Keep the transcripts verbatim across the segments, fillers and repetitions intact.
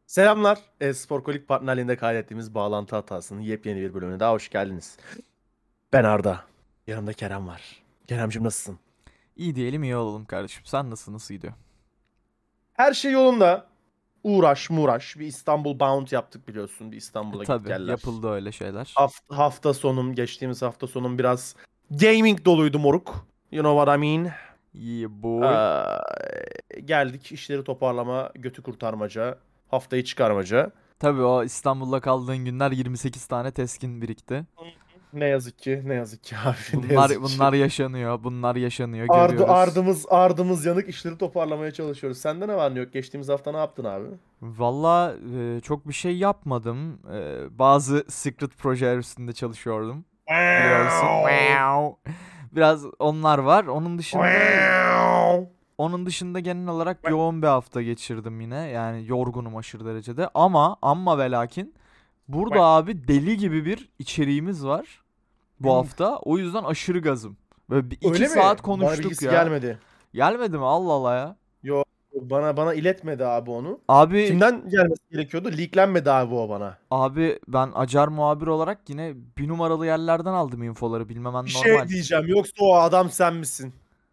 Selamlar. E-Spor Kolik partnerliğinde kaydettiğimiz bağlantı hatasının yepyeni bir bölümüne daha hoş geldiniz. Ben Arda. Yanımda Kerem var. Keremcim nasılsın? İyi diyelim iyi olalım kardeşim. Sen nasıl nasıl gidiyor? Her şey yolunda. Uğraş muğraş. Bir İstanbul Bound yaptık biliyorsun. Bir E İstanbul'a git tabi geller. yapıldı öyle şeyler. Hafta, hafta sonum, geçtiğimiz hafta sonum biraz gaming doluydu moruk. You know what I mean? Yeah boy. Ee, geldik işleri toparlama, götü kurtarmaca, haftayı çıkarmaca. Tabi o İstanbul'da kaldığın günler yirmi sekiz tane teskin birikti. Ne yazık ki, ne yazık ki abi, ne Bunlar yazık ki. bunlar yaşanıyor. Bunlar yaşanıyor Ardı görüyoruz. ardımız ardımız yanık işleri toparlamaya çalışıyoruz. Sende ne var ne yok? Geçtiğimiz hafta ne yaptın abi? Valla e, çok bir şey yapmadım. E, bazı secret projeler üstünde çalışıyordum. Biliyorsun. Wow. Biraz onlar var. Onun dışında onun dışında genel olarak yoğun bir hafta geçirdim yine. Yani yorgunum aşırı derecede. Ama amma ve lakin burada abi deli gibi bir içeriğimiz var bu hafta. O yüzden aşırı gazım. Böyle bir iki Öyle mi? saat Bana konuştuk bilgisi ya. gelmedi. Gelmedi mi? Allah Allah ya. Yo, bana bana iletmedi abi onu. Abi Kimden gelmesi gerekiyordu? Leaklenmedi abi o bana. abi ben Acar muhabir olarak yine bir numaralı yerlerden aldım infoları. Bilmemen Bir şey normal. diyeceğim. Yoksa o adam sen misin?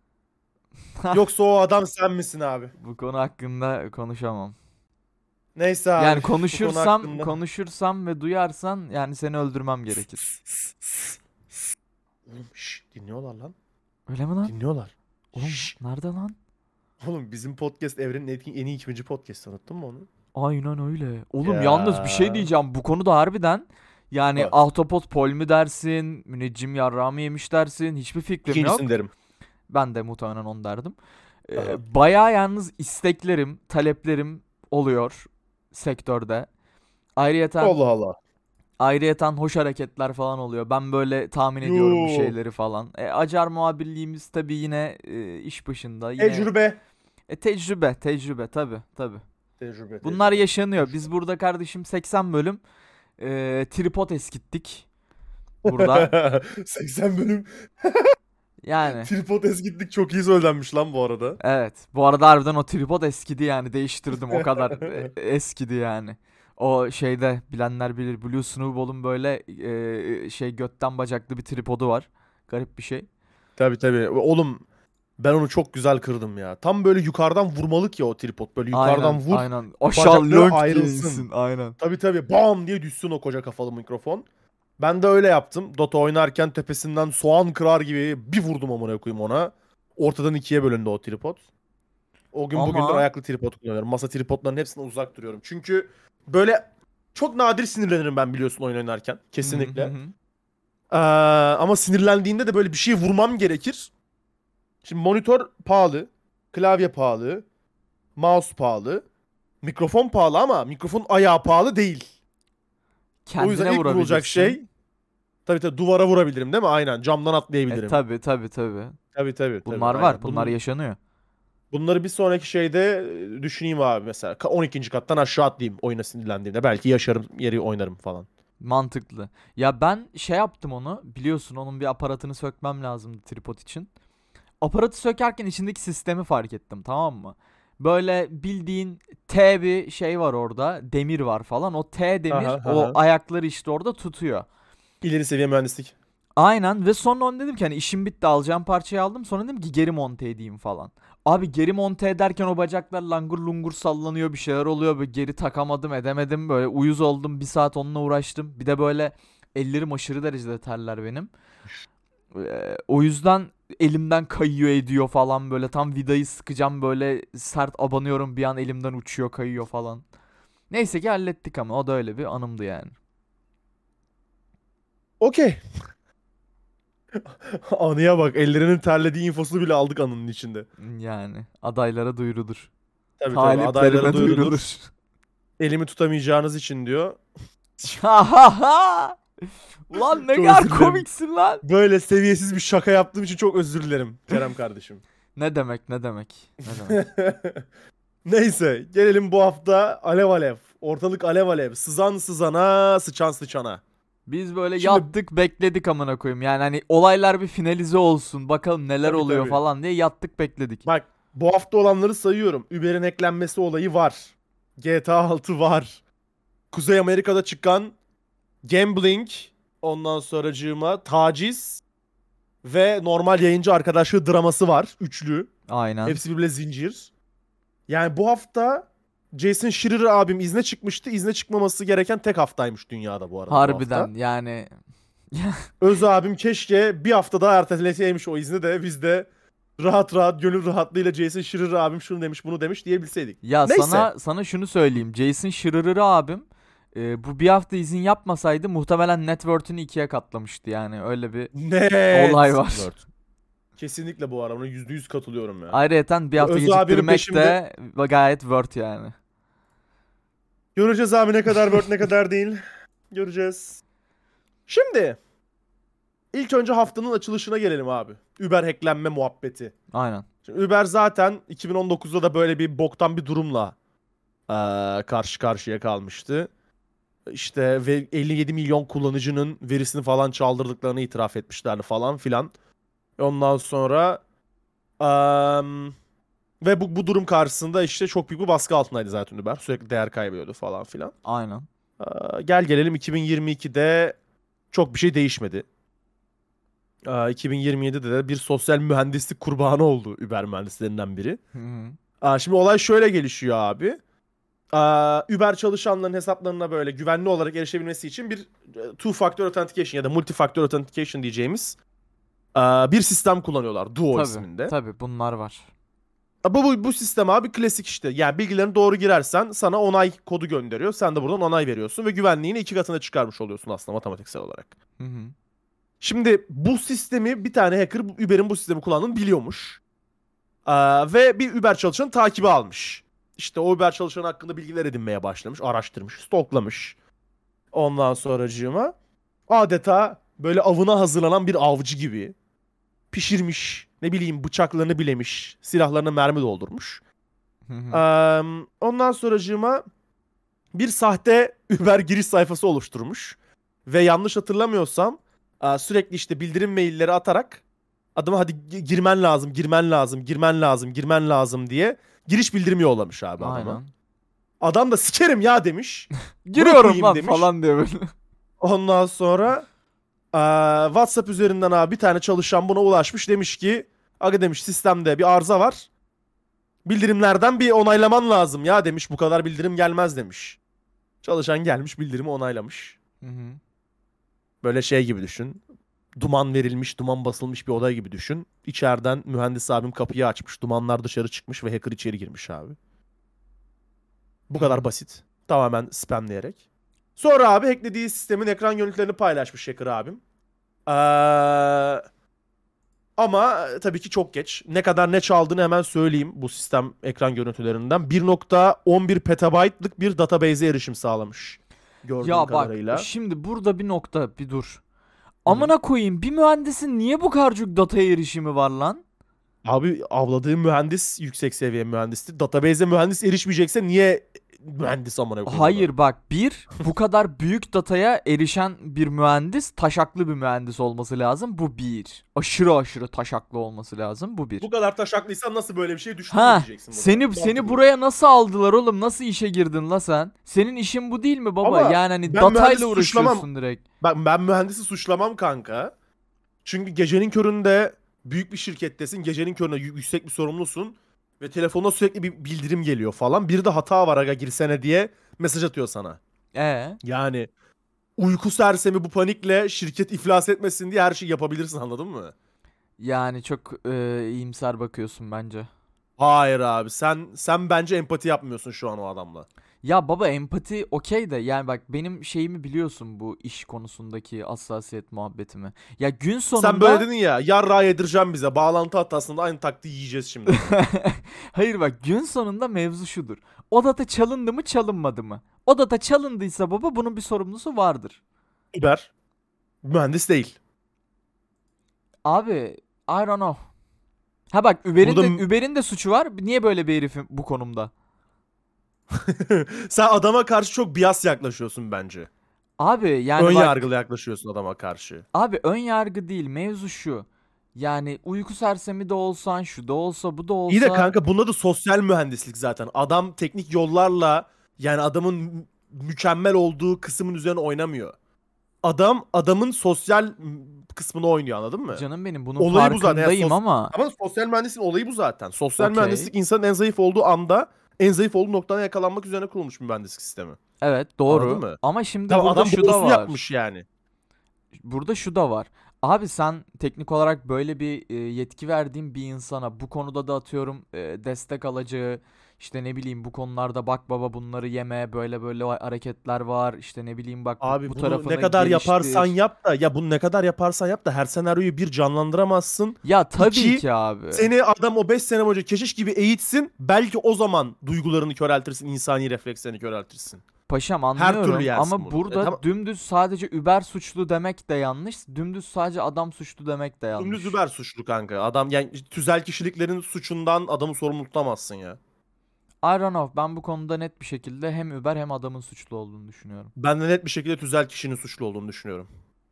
Yoksa o adam sen misin abi? Bu konu hakkında konuşamam. Neyse Yani abi, bu konu konuşursam hakkında. konuşursam ve duyarsan yani seni öldürmem gerekir. Oğlum şş, dinliyorlar lan. Öyle mi lan? Dinliyorlar. Oğlum Şş. nerede lan? Oğlum bizim podcast evrenin en, en iyi ikinci podcast, unuttun mu onu? Aynen öyle. Oğlum yalnız bir şey Ya. diyeceğim. Bu konuda harbiden yani Bak. ahtapot pol mü dersin? Müneccim yarrağı mı yemiş dersin? Hiçbir fikrim İkincisini yok. derim. Ben de muhtemelen onu derdim. Aha. Ee, bayağı yalnız isteklerim, taleplerim oluyor sektörde. Ayrıyeten Allah Allah. ayrıyeten hoş hareketler falan oluyor. Ben böyle tahmin ediyorum bir Yoo. şeyleri falan. E, Acar muhabirliğimiz tabii yine e, iş başında. Yine Tecrübe. e, tecrübe, tecrübe tabii tabii. Tecrübe, Bunlar tecrübe. yaşanıyor. Biz Tecrübe. burada kardeşim seksen bölüm e, tripod eskittik burada. seksen bölüm Yani tripod eskittik, çok iyi söylenmiş lan bu arada. evet. Bu arada harbiden o tripod eskidi yani değiştirdim. O kadar e, eskidi yani. O şeyde bilenler bilir. Blue Snowball'un böyle e, şey götten bacaklı bir tripodu var. Garip bir şey. Tabii tabii. Oğlum ben onu çok güzel kırdım ya. Tam böyle yukarıdan vurmalık ya o tripod. Böyle yukarıdan Aynen vur, aynen. Aşağı bacakları lönk diye ayrılsın. insin. Aynen. Tabii tabii, bam diye düşsün o koca kafalı mikrofon. Ben de öyle yaptım. Dota oynarken tepesinden soğan kırar gibi bir vurdum amına koyayım ona. Ortadan ikiye bölündü o tripod. O gün bugündür Ama ayaklı tripod kullanıyorum. Masa tripodlarının hepsinden uzak duruyorum. Çünkü böyle çok nadir sinirlenirim ben, biliyorsun, oyun oynarken. hı hı hı. Kesinlikle. Hı. Ee, ama sinirlendiğinde de böyle bir şey vurmam gerekir. Şimdi monitör pahalı. Klavye pahalı. Mouse pahalı. Mikrofon pahalı ama mikrofon ayağı pahalı değil. O yüzden Kendine ilk vurulacak vurabilirsin. şey, tabii tabii, duvara vurabilirim değil mi? Aynen, camdan E atlayabilirim. tabi tabi tabi. Tabii tabii tabii, Bunlar var. aynen. Bunlar Bunun, yaşanıyor. bunları bir sonraki şeyde e, düşüneyim abi mesela. Ka- on ikinci kattan aşağı atlayayım oyuna sinirlendiğimde. Belki yaşarım, yeri oynarım falan. Mantıklı. Ya ben şey yaptım onu. Biliyorsun onun bir aparatını sökmem lazımdı tripod için. Aparatı sökerken içindeki sistemi fark ettim, tamam mı? Böyle bildiğin T bir şey var orada. Demir var falan. O T Aha demir o aha. ayakları işte orada tutuyor. İleri seviye mühendislik. Aynen ve sonra onu dedim ki hani işim bitti, alacağım parçayı aldım. Sonra dedim ki geri monte edeyim falan. Abi geri monte ederken o bacaklar langur lungur sallanıyor, bir şeyler oluyor. Böyle geri takamadım edemedim, böyle uyuz oldum, bir saat onunla uğraştım. Bir de böyle ellerim aşırı derecede terler benim. Ee, o yüzden elimden kayıyor ediyor falan, böyle tam vidayı sıkacağım böyle sert abanıyorum, bir an elimden uçuyor kayıyor falan. Neyse ki hallettik ama o da öyle bir anımdı yani. Okey. Anıya bak. Ellerinin terlediği infosunu bile aldık anının içinde. Yani adaylara duyurulur. Tabii tabii, adaylara Taliplerime duyurulur. duyurulur. Elimi tutamayacağınız için diyor. Ha ha ha! Ulan ne Çok kadar özür dilerim. komiksin lan. Böyle seviyesiz bir şaka yaptığım için çok özür dilerim Kerem kardeşim. Ne demek ne demek ne demek. Neyse, gelelim bu hafta alev alev. Ortalık alev alev. Sızan sızana, sıçan sıçana. Biz böyle Şimdi yattık bekledik amına koyayım. Yani hani olaylar bir finalize olsun, bakalım neler tabii oluyor tabii. falan diye yattık bekledik. Bak, bu hafta olanları sayıyorum. Uber'in eklenmesi olayı var. G T A altı var. Kuzey Amerika'da çıkan gambling, ondan sonracığıma taciz ve normal yayıncı arkadaşlığı draması var. Üçlü. Aynen. Hepsi birbirine zincir. Yani bu hafta Jason Schreier abim izne çıkmıştı. İzne çıkmaması gereken tek haftaymış dünyada bu arada. Bu Harbiden hafta. yani. Öz abim keşke bir hafta daha erteleseymiş o izni de biz de rahat rahat gönül rahatlığıyla Jason Schreier abim şunu demiş bunu demiş diyebilseydik. Ya Neyse. sana sana şunu söyleyeyim. Jason Schreier abim e, bu bir hafta izin yapmasaydı muhtemelen net worth'ünü ikiye katlamıştı yani. Öyle bir Net. olay var. Word. Kesinlikle bu arada yüzde yüz katılıyorum ya. Ayrıyeten bir hafta Öz abinin geciktirmek peşinde- de gayet worth yani. Göreceğiz abi ne kadar Word ne kadar değil. Göreceğiz. Şimdi ilk önce haftanın açılışına gelelim abi. Uber hacklenme muhabbeti. Aynen. Şimdi Uber zaten iki bin on dokuzda da böyle bir boktan bir durumla eee, karşı karşıya kalmıştı. İşte ve elli yedi milyon kullanıcının verisini falan çaldırdıklarını itiraf etmişlerdi falan filan. Ondan sonra eee, ve bu, bu durum karşısında işte çok büyük bir baskı altındaydı zaten Uber. Sürekli değer kaybediyordu falan filan. Aynen. Eee, gel gelelim iki bin yirmi ikide çok bir şey değişmedi. Eee, iki bin yirmi yedide de bir sosyal mühendislik kurbanı oldu Uber mühendislerinden biri. Hı hı. Aa, şimdi olay şöyle gelişiyor abi. Aa, Uber çalışanların hesaplarına böyle güvenli olarak erişebilmesi için bir e, two factor authentication ya da multi factor authentication diyeceğimiz aa, bir sistem kullanıyorlar. Duo Tabii. isminde. Tabii bunlar var. Aa, Bu, bu, bu sistem abi klasik işte. Yani bilgilerini doğru girersen sana onay kodu gönderiyor. Sen de buradan onay veriyorsun ve güvenliğini iki katına çıkarmış oluyorsun aslında matematiksel olarak. Hı hı. Şimdi bu sistemi bir tane hacker Uber'in bu sistemi kullandığını biliyormuş. Aa, ve bir Uber çalışanı takibi almış. İşte o Uber çalışanı hakkında bilgiler edinmeye başlamış, araştırmış, stalklamış. Ondan sonracığıma adeta böyle avına hazırlanan bir avcı gibi pişirmiş, ne bileyim bıçaklarını bilemiş, silahlarına mermi doldurmuş. Hı hı. Eee, ondan sonracığıma bir sahte Uber giriş sayfası oluşturmuş. Ve yanlış hatırlamıyorsam eee, sürekli işte bildirim mailleri atarak adama hadi gi- girmen lazım, girmen lazım, girmen lazım, girmen lazım diye giriş bildirimi yollamış abi adama. Aynen. Adam da sikerim ya demiş. Giriyorum koyayım lan demiş. falan diyor böyle. Ondan sonra eee, WhatsApp üzerinden abi bir tane çalışan buna ulaşmış. Demiş ki aga demiş sistemde bir arıza var. Bildirimlerden bir onaylaman lazım ya demiş. Bu kadar bildirim gelmez demiş. Çalışan gelmiş bildirimi onaylamış. Hı hı. Böyle şey gibi düşün. Duman verilmiş, duman basılmış bir oda gibi düşün. İçeriden mühendis abim kapıyı açmış. Dumanlar dışarı çıkmış ve hacker içeri girmiş abi. Bu kadar basit. Tamamen spamleyerek. Sonra abi hacklediği sistemin ekran görüntülerini paylaşmış hacker abim. Ee, ama tabii ki çok geç. Ne kadar ne çaldığını hemen söyleyeyim bu sistem ekran görüntülerinden. bir nokta on bir petabaytlık bir database'e erişim sağlamış. Gördüğüm Ya bak kadarıyla. şimdi burada bir nokta bir dur. Amına koyayım bir mühendisin niye bu kadar çok dataya erişimi var lan? Abi avladığı mühendis yüksek seviye mühendisti. Database'e mühendis erişmeyecekse niye mühendis amına koyayım? Hayır bak bir bu kadar büyük dataya erişen bir mühendis taşaklı bir mühendis olması lazım. Bu bir. Aşırı aşırı taşaklı olması lazım. Bu bir. Bu kadar taşaklıysan nasıl böyle bir şey düşündün Ha diyeceksin. burada. seni Mantıklı. seni buraya nasıl aldılar oğlum? Nasıl işe girdin la sen? Senin işin bu değil mi baba? Ama Yani hani ben datayla mühendisi uğraşıyorsun suçlamam. direkt. Ben, ben mühendisi suçlamam kanka. Çünkü gecenin köründe büyük bir şirkettesin. Gecenin köründe yü- yüksek bir sorumlusun. Ve telefonuna sürekli bir bildirim geliyor falan. Bir de hata var aga girsene diye mesaj atıyor sana. E Yani uyku sersemi bu panikle şirket iflas etmesin diye her şeyi yapabilirsin anladın mı? yani çok e, iyimser bakıyorsun bence. Hayır abi sen sen bence empati yapmıyorsun şu an o adamla. Ya baba empati okey de yani bak benim şeyimi biliyorsun bu iş konusundaki hassasiyet muhabbetimi. Ya gün sonunda... Sen böyle dedin ya yarrağı yedireceğim bize bağlantı hatasında aynı taktiği yiyeceğiz şimdi. Hayır bak gün sonunda mevzu şudur. O data çalındı mı çalınmadı mı? O data çalındıysa baba bunun bir sorumlusu vardır. Uber mühendis değil. Abi I don't know. Ha bak Uber'in Burada- de, Uber'in de suçu var. Niye böyle bir herifim bu konumda? Sen adama karşı çok bias yaklaşıyorsun bence. Abi yani Ön bak, yargılı yaklaşıyorsun adama karşı. abi ön yargı değil mevzu şu. Yani uyku sersemi de olsan şu da olsa bu da olsa. İyi de kanka bunda da sosyal mühendislik zaten. Adam teknik yollarla Yani adamın mü- mükemmel olduğu kısmın üzerine oynamıyor. Adam adamın sosyal m, kısmını oynuyor, anladın mı? Canım benim bunun Olayı bu zaten. Yani farkındayım sos- ama ama sosyal mühendisliğin olayı bu zaten. Sosyal okey. mühendislik insanın en zayıf olduğu anda en zayıf olduğu noktadan yakalanmak üzerine kurulmuş bir mühendislik sistemi. Evet Anladın doğru. mı? Ama şimdi Tamam, burada adam şu da borusunu var. yapmış yani. Burada şu da var. Abi sen teknik olarak böyle bir e, yetki verdiğin bir insana bu konuda da atıyorum e, destek alacağı, işte ne bileyim bu konularda bak baba bunları yeme, böyle böyle hareketler var, işte ne bileyim bak bu, Abi bu bunu tarafını ne kadar yaparsan geliştir. yap da ya bunu ne kadar yaparsan yap da her senaryoyu bir canlandıramazsın. Ya tabii İki, ki abi. seni adam o beş sene boyunca keşiş gibi eğitsin. Belki o zaman duygularını köreltirsin, insani reflekslerini köreltirsin. Paşam Her türlü anlıyorum yersin ama bunu. E, burada tamam. dümdüz sadece Uber suçlu demek de yanlış. Dümdüz sadece adam suçlu demek de yanlış. Dümdüz Uber suçlu kanka. Adam yani tüzel kişiliklerin suçundan adamı sorumlu tutamazsın ya. I don't know. Ben bu konuda net bir şekilde hem Uber hem adamın suçlu olduğunu düşünüyorum. Ben de net bir şekilde tüzel kişinin suçlu olduğunu düşünüyorum.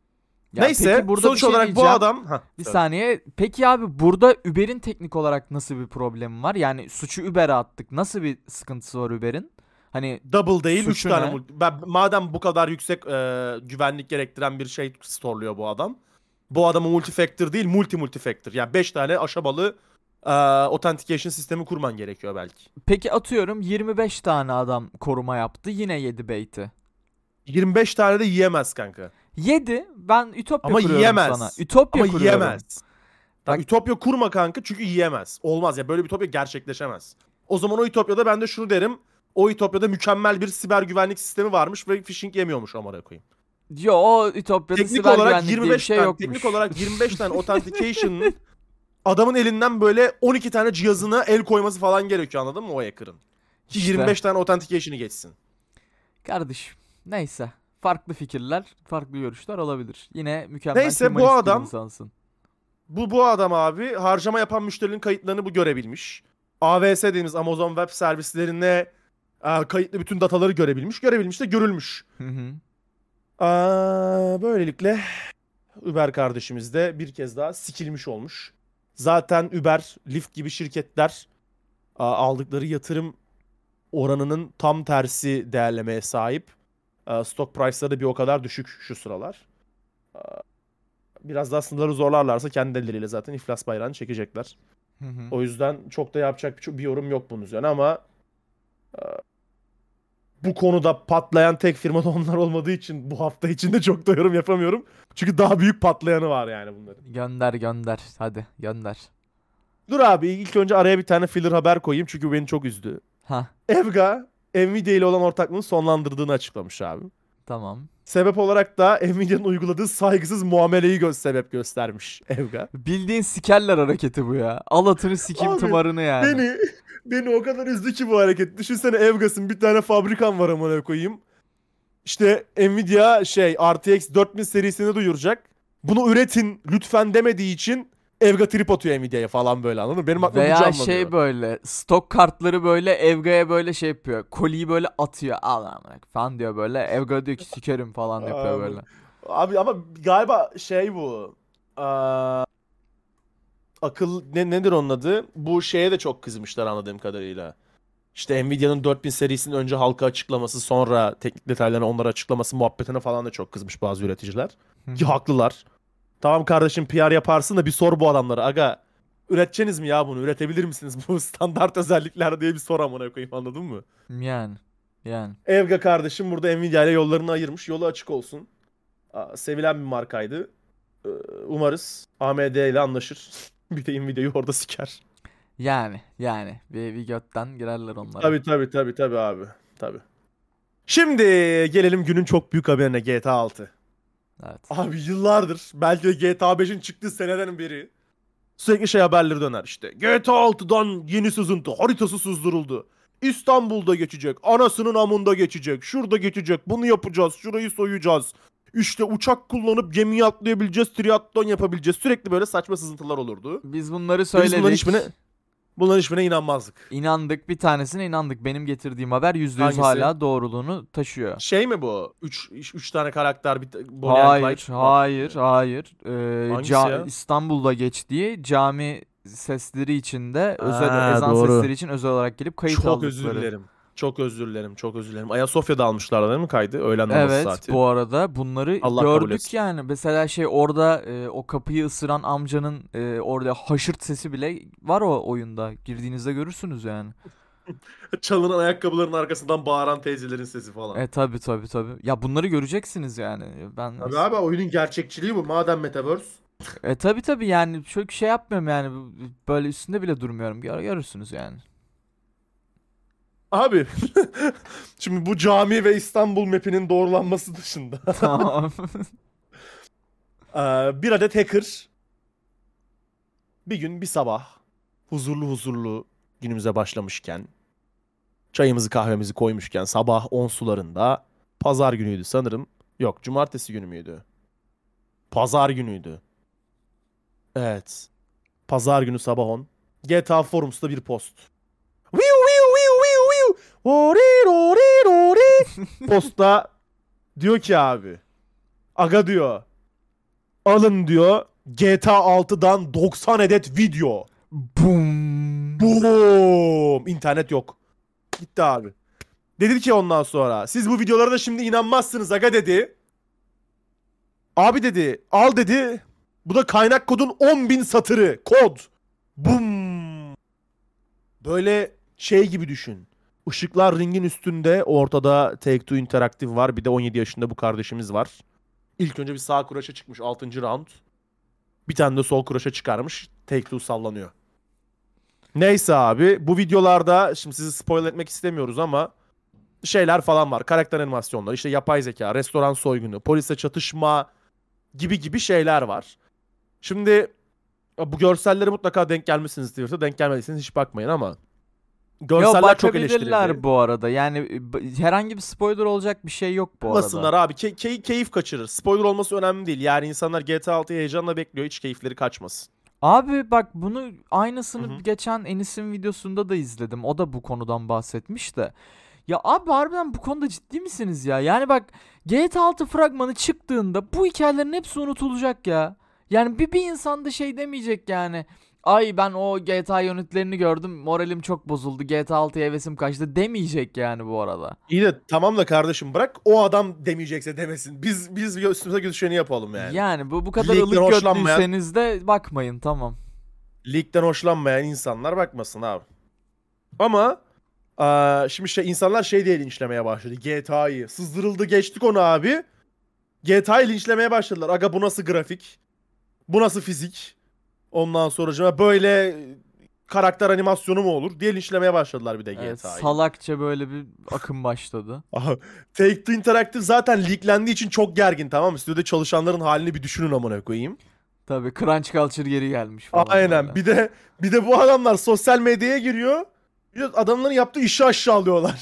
Ya Neyse, peki burada bir sonuç şey olarak bu diyeceğim. adam... Hah, Bir söyle. saniye. Peki abi burada Uber'in teknik olarak nasıl bir problemi var? Yani suçu Uber'e attık. Nasıl bir sıkıntısı var Uber'in? Hani Double değil, üç suçu tane. ne? multi- Ben, madem bu kadar yüksek e, güvenlik gerektiren bir şey storluyor bu adam. Bu adamı multifactor değil, multi multifactor. Yani beş tane aşamalı e, authentication sistemi kurman gerekiyor belki. Peki atıyorum yirmi beş tane adam koruma yaptı. Yine yedi bait'i. yirmi beş tane de yiyemez kanka. yedi. Ben Ütopya Ama kuruyorum yiyemez. sana. Ütopya Ama kuruyorum. yiyemez. Tamam, Bak- ütopya kurma kanka çünkü yiyemez. Olmaz ya, böyle bir ütopya gerçekleşemez. O zaman o ütopyada ben de şunu derim. O ütopyada mükemmel bir siber güvenlik sistemi varmış ve phishing yemiyormuş amına koyayım. Yo o Ütopya'da Teknik siber olarak güvenlik diye bir yirmi beş şey tane, yokmuş. teknik olarak yirmi beş tane authentication'ın adamın elinden böyle on iki tane cihazına el koyması falan gerekiyor, anladın mı o hacker'ın? Ki İşte. yirmi beş tane authentication'ı geçsin. Kardeşim neyse. Farklı fikirler, farklı görüşler olabilir. Yine mükemmel Neyse, bu hümanist bir adam- insansın. Bu bu adam abi harcama yapan müşterinin kayıtlarını bu görebilmiş. A W S dediğimiz Amazon Web servislerine e, kayıtlı bütün dataları görebilmiş. Görebilmiş de görülmüş. Hı hı. Aa, böylelikle Uber kardeşimiz de bir kez daha sikilmiş olmuş. Zaten Uber, Lyft gibi şirketler a, aldıkları yatırım oranının tam tersi değerlemeye sahip. A, Stock price'ları da bir o kadar düşük şu sıralar. A, Biraz daha sınırları zorlarlarsa kendi elleriyle zaten iflas bayrağını çekecekler. Hı hı. O yüzden çok da yapacak bir, bir yorum yok bunun üzerine ama e, bu konuda patlayan tek firma da onlar olmadığı için bu hafta içinde çok da yorum yapamıyorum. Çünkü daha büyük patlayanı var yani bunların. Gönder gönder. Hadi gönder. Dur abi, ilk önce araya bir tane filler haber koyayım çünkü bu beni çok üzdü. Ha Evga, Nvidia ile olan ortaklığını sonlandırdığını açıklamış abi. tamam. Sebep olarak da Nvidia'nın uyguladığı saygısız muameleyi gö sebep göstermiş Evga. Bildiğin sikerler hareketi bu ya. Al atını sikeyim Abi, tımarını yani. Beni beni o kadar üzdü ki bu hareket. Düşünsene Evgas'ın bir tane fabrikan var amına koyayım. İşte Nvidia şey R T X dört bin serisini duyuracak. Bunu üretin lütfen demediği için Evga trip atıyor Nvidia'ya falan böyle, anladın mı? Benim aklım bu Veya canlanıyor. şey böyle stok kartları böyle Evga'ya böyle şey yapıyor. Koliyi böyle atıyor. Al amına falan diyor böyle. Evga diyor ki sikerim falan yapıyor Abi. böyle. Abi ama galiba şey bu. Aa, akıl ne, nedir onun adı? Bu şeye de çok kızmışlar anladığım kadarıyla. İşte Nvidia'nın dört bin serisinin önce halka açıklaması, sonra teknik detaylarını onlara açıklaması muhabbetine falan da çok kızmış bazı üreticiler. Ki haklılar. Tamam kardeşim, P R yaparsın da bir sor bu adamlara. Aga, üreteceksiniz mi ya bunu? Üretebilir misiniz? Bu standart özellikler diye bir sor amına koyayım, anladın mı? Yani. Yani. Evga kardeşim burada Nvidia ile yollarını ayırmış. Yolu açık olsun. Aa, sevilen bir markaydı. Ee, Umarız A M D ile anlaşır. Bir de Nvidia'yı orada siker. Yani. Yani. Bir, bir götten girerler onlara. Tabii tabii tabii tabii abi. Tabii. Şimdi gelelim günün çok büyük haberine, G T A altı. Evet. Abi yıllardır, belki de G T A beşin çıktığı seneden beri sürekli şey haberleri döner işte. G T A altıdan yeni sızıntı, haritası sızdırıldı. İstanbul'da geçecek, anasının amında geçecek, şurada geçecek, bunu yapacağız, şurayı soyacağız. İşte uçak kullanıp gemiye atlayabileceğiz, triatlon yapabileceğiz. Sürekli böyle saçma sızıntılar olurdu. Biz bunları Ve Biz söyledik. bunların hiçbirine, bunların hiçbirine inanmazdık. İnandık. Bir tanesine inandık. Benim getirdiğim haber yüzde yüz Hangisi? hala doğruluğunu taşıyor. Şey mi bu? Üç, üç tane karakter, bir Bonnie and Hayır, Clyde. hayır, hayır. Ee, Hangisi ca- ya? İstanbul'da geçtiği cami sesleri için de özel Ha, ezan doğru. sesleri için özel olarak gelip kayıt Çok aldıkları. özür dilerim. Çok özür dilerim, çok özür dilerim. Ayasofya'da almışlar değil mi kaydı? Öğlen namazı Evet, saati. bu arada bunları Allah kabul gördük etsin. yani. Mesela şey orada e, o kapıyı ısıran amcanın e, orada haşırt sesi bile var o oyunda. Girdiğinizde görürsünüz yani. Çalınan ayakkabıların arkasından bağıran teyzelerin sesi falan. E tabi tabi tabi. Ya bunları göreceksiniz yani. Ben Tabii abi, oyunun gerçekçiliği bu. Madem Metaverse. e tabi tabi yani çok şey yapmıyorum yani. Bu- böyle üstünde bile durmuyorum. Gör, görürsünüz yani. Abi şimdi bu cami ve İstanbul map'inin doğrulanması dışında Tamam. eee, bir adet hacker bir gün bir sabah huzurlu huzurlu günümüze başlamışken, çayımızı kahvemizi koymuşken, sabah on sularında, pazar günüydü sanırım. Yok, cumartesi günü müydü? Pazar günüydü. Evet. Pazar günü sabah on. G T A Forums'ta bir post. Viu viu viu viu viu. Ori ori ori. Postta diyor ki abi. Aga diyor. Alın diyor. G T A altıdan doksan adet video. Boom. Boom. İnternet yok. Gitti abi. Dedi ki ondan sonra, siz bu videolara da şimdi inanmazsınız aga dedi. Abi dedi, al dedi. Bu da kaynak kodun on bin satırı. Kod. Bum. Böyle şey gibi düşün. Işıklar ringin üstünde, ortada Take-Two Interactive var. Bir de on yedi yaşında bu kardeşimiz var. İlk önce bir sağ kuraşa çıkmış altıncı round. Bir tane de sol kuraşa çıkarmış. Take-Two sallanıyor. Neyse abi, bu videolarda şimdi sizi spoil etmek istemiyoruz ama şeyler falan var. Karakter animasyonları, işte yapay zeka, restoran soygunu, polisle çatışma gibi gibi şeyler var. Şimdi bu görsellere mutlaka denk gelmişsiniz Twitter'da. Denk gelmediyseniz hiç bakmayın ama Yo görseller çok bakabilirler eleştirildi. bu arada. Yani e, b- herhangi bir spoiler olacak bir şey yok bu Bakmasınlar arada. abi. Key- key- keyif kaçırır. Spoiler olması önemli değil. Yani insanlar G T A altıyı heyecanla bekliyor. Hiç keyifleri kaçmasın. Abi bak bunu Hı aynısını hı. geçen Enis'in videosunda da izledim. O da bu konudan bahsetmiş de. Ya abi harbiden bu konuda ciddi misiniz ya? Yani bak G T A altı fragmanı çıktığında bu hikayelerin hepsi unutulacak ya. Yani bir, bir insan da şey demeyecek yani. Ay ben o G T A yönetlerini gördüm moralim çok bozuldu G T A altıya hevesim kaçtı demeyecek yani bu arada. İyi de tamam da kardeşim, bırak o adam demeyecekse demesin. Biz biz üstümüze düşeni yapalım yani. Yani bu bu kadar Ligden ılık hoşlanmayan, götlüyseniz de bakmayın tamam. ligden hoşlanmayan insanlar bakmasın abi. Ama eee, şimdi şey, insanlar şey diye linçlemeye başladı. G T A'yı sızdırıldı, geçtik onu abi. G T A'yı linçlemeye başladılar. Aga bu nasıl grafik? Bu nasıl fizik? Ondan sonra böyle karakter animasyonu mu olur diye linçlemeye başladılar bir de Evet, G T A'yı. salakça böyle bir akım başladı. Aha, Take-Two Interactive zaten leaklendiği için çok gergin, tamam mı? Stüdyoda çalışanların halini bir düşünün amına koyayım. Tabii crunch culture geri gelmiş falan Aynen. böyle. Bir de bir de bu adamlar sosyal medyaya giriyor. Bir de adamların yaptığı işi aşağılıyorlar.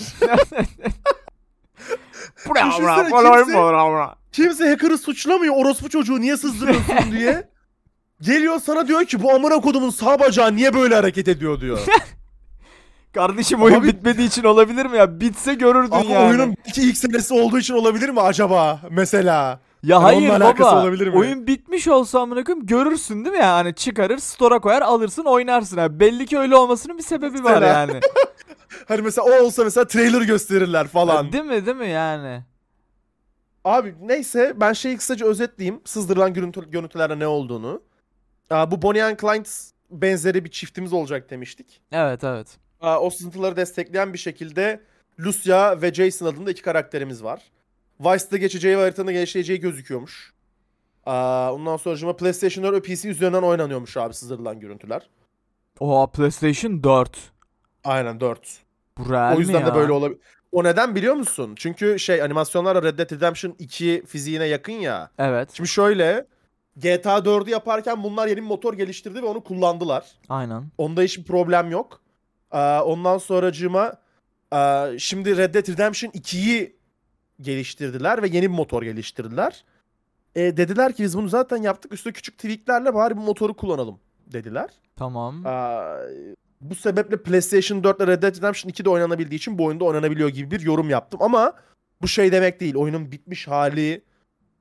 Düşünsene, kimse, kimse hacker'ı suçlamıyor, orospu çocuğu niye sızdırıyorsun diye. Geliyor sana diyor ki bu amına kodumun sağ bacağı niye böyle hareket ediyor diyor. Kardeşim oyun Abi- bitmediği için olabilir mi ya? Bitse görürdün Ama yani. oyunun belki ilk senesi olduğu için olabilir mi acaba mesela? Ya Yani hayır onunla alakası baba. olabilir mi? Oyun bitmiş olsa amına koyayım görürsün değil mi ya? Hani çıkarır, store'a koyar, alırsın, oynarsın. Yani belli ki öyle olmasının bir sebebi var Mesela. yani. Hani mesela o olsa mesela trailer gösterirler falan. Ya, değil mi değil mi yani? Abi neyse, ben şeyi kısaca özetleyeyim. Sızdırılan görüntü, görüntülerde ne olduğunu. Aa, bu Bonnie and Clyde benzeri bir çiftimiz olacak demiştik. Evet evet. Aa, o sızıntıları destekleyen bir şekilde Lucia ve Jason adında iki karakterimiz var. Vice'da geçeceği ve haritanın gelişeceği gözüküyormuş. Aa, ondan sonra PlayStation dört ve P C üzerinden oynanıyormuş abi sızdırılan görüntüler. Oha PlayStation dört. Aynen dört. Bu real O yüzden mi de böyle ya? olabilir. O neden biliyor musun? Çünkü şey, animasyonlar Red Dead Redemption iki fiziğine yakın ya. Evet. Şimdi şöyle, G T A dördü yaparken bunlar yeni bir motor geliştirdi ve onu kullandılar. Aynen. Onda hiçbir problem yok. Ee, ondan sonracığıma e, şimdi Red Dead Redemption ikiyi geliştirdiler ve yeni bir motor geliştirdiler. E, dediler ki biz bunu zaten yaptık, üstüne küçük tweaklerle bari bu motoru kullanalım dediler. Tamam. Ee, bu sebeple PlayStation dört ile Red Dead Redemption iki de oynanabildiği için bu oyunda oynanabiliyor gibi bir yorum yaptım. Ama bu şey demek değil. Oyunun bitmiş hali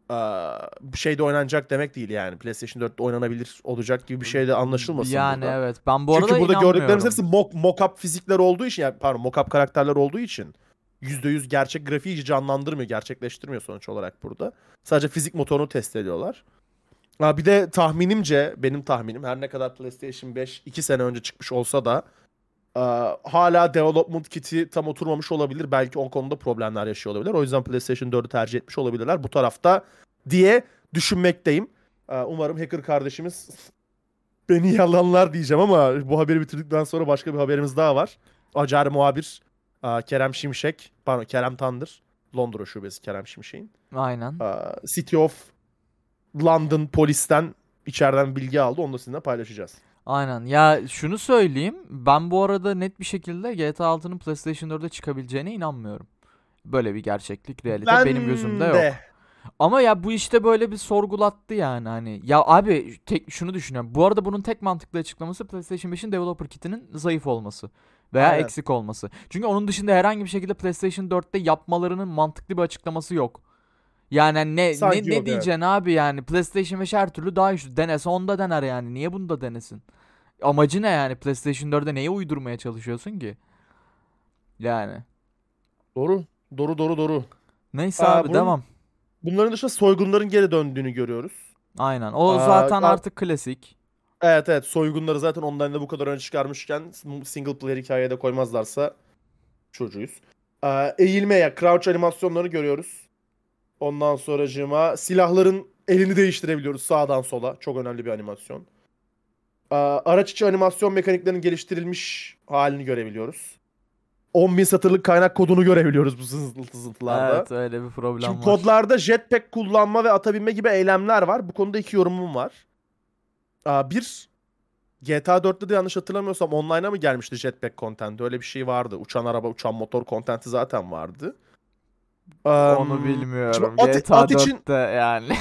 bir şeyde oynanacak demek değil yani. PlayStation dörtte oynanabilir olacak gibi bir şey de anlaşılmasın Yani burada. evet. Ben bu Çünkü arada burada gördüklerimiz inanmıyorum. hepsi mock, mock-up fizikler olduğu için, yani pardon, mock-up karakterler olduğu için yüzde yüz gerçek grafiği hiç canlandırmıyor, gerçekleştirmiyor sonuç olarak burada. Sadece fizik motorunu test ediyorlar. Ha, bir de tahminimce, benim tahminim, her ne kadar PlayStation beş iki sene önce çıkmış olsa da e, hala development kit'i tam oturmamış olabilir. Belki o konuda problemler yaşıyor olabilir. O yüzden PlayStation dördü tercih etmiş olabilirler bu tarafta diye düşünmekteyim. E, umarım hacker kardeşimiz beni yalanlar diyeceğim ama bu haberi bitirdikten sonra başka bir haberimiz daha var. Acar muhabir e, Kerem Şimşek, pardon Kerem Tandır, Londra şubesi Kerem Şimşek'in. Aynen. E, City of London polisten içeriden bilgi aldı. Onu da sizinle paylaşacağız. Aynen. Ya şunu söyleyeyim. Ben bu arada net bir şekilde G T A altının PlayStation dörde çıkabileceğine inanmıyorum. Böyle bir gerçeklik, realite Ben benim gözümde de. yok. Ama ya bu işte böyle bir sorgulattı yani hani. Ya abi tek şunu düşünüyorum. Bu arada bunun tek mantıklı açıklaması PlayStation beşin developer kitinin zayıf olması veya Aynen. eksik olması. Çünkü onun dışında herhangi bir şekilde PlayStation dörtte yapmalarının mantıklı bir açıklaması yok. Yani hani ne ne Sanki ne yok, evet. diyeceksin abi yani PlayStation beş her türlü daha iyi. Denese onda dener yani. Niye bunu da denesin? Amacı ne yani? PlayStation dörde neyi uydurmaya çalışıyorsun ki? Yani. Doğru. Doğru doğru doğru. Neyse Aa, abi bunun devam. bunların dışında soygunların geri döndüğünü görüyoruz. Aynen. O Aa, zaten art- artık klasik. evet evet, soygunları zaten online'da bu kadar öne çıkarmışken single player hikayeye de koymazlarsa çocuğuyuz. Aa, eğilme ya crouch animasyonlarını görüyoruz. Ondan sonracığıma silahların elini değiştirebiliyoruz sağdan sola. Çok önemli bir animasyon. Aa, araç içi animasyon mekaniklerinin geliştirilmiş halini görebiliyoruz. on bin satırlık kaynak kodunu görebiliyoruz bu sızıntı- sızıntılarda. Evet öyle bir Şimdi problem var. kodlarda jetpack kullanma ve ata binme gibi eylemler var. Bu konuda iki yorumum var. Aa, bir, G T A dörtte de yanlış hatırlamıyorsam online'a mı gelmişti jetpack content'i? Öyle bir şey vardı. Uçan araba, uçan motor content'i zaten vardı. Onu Am, şimdi bilmiyorum. at, at G T A için dörtte yani.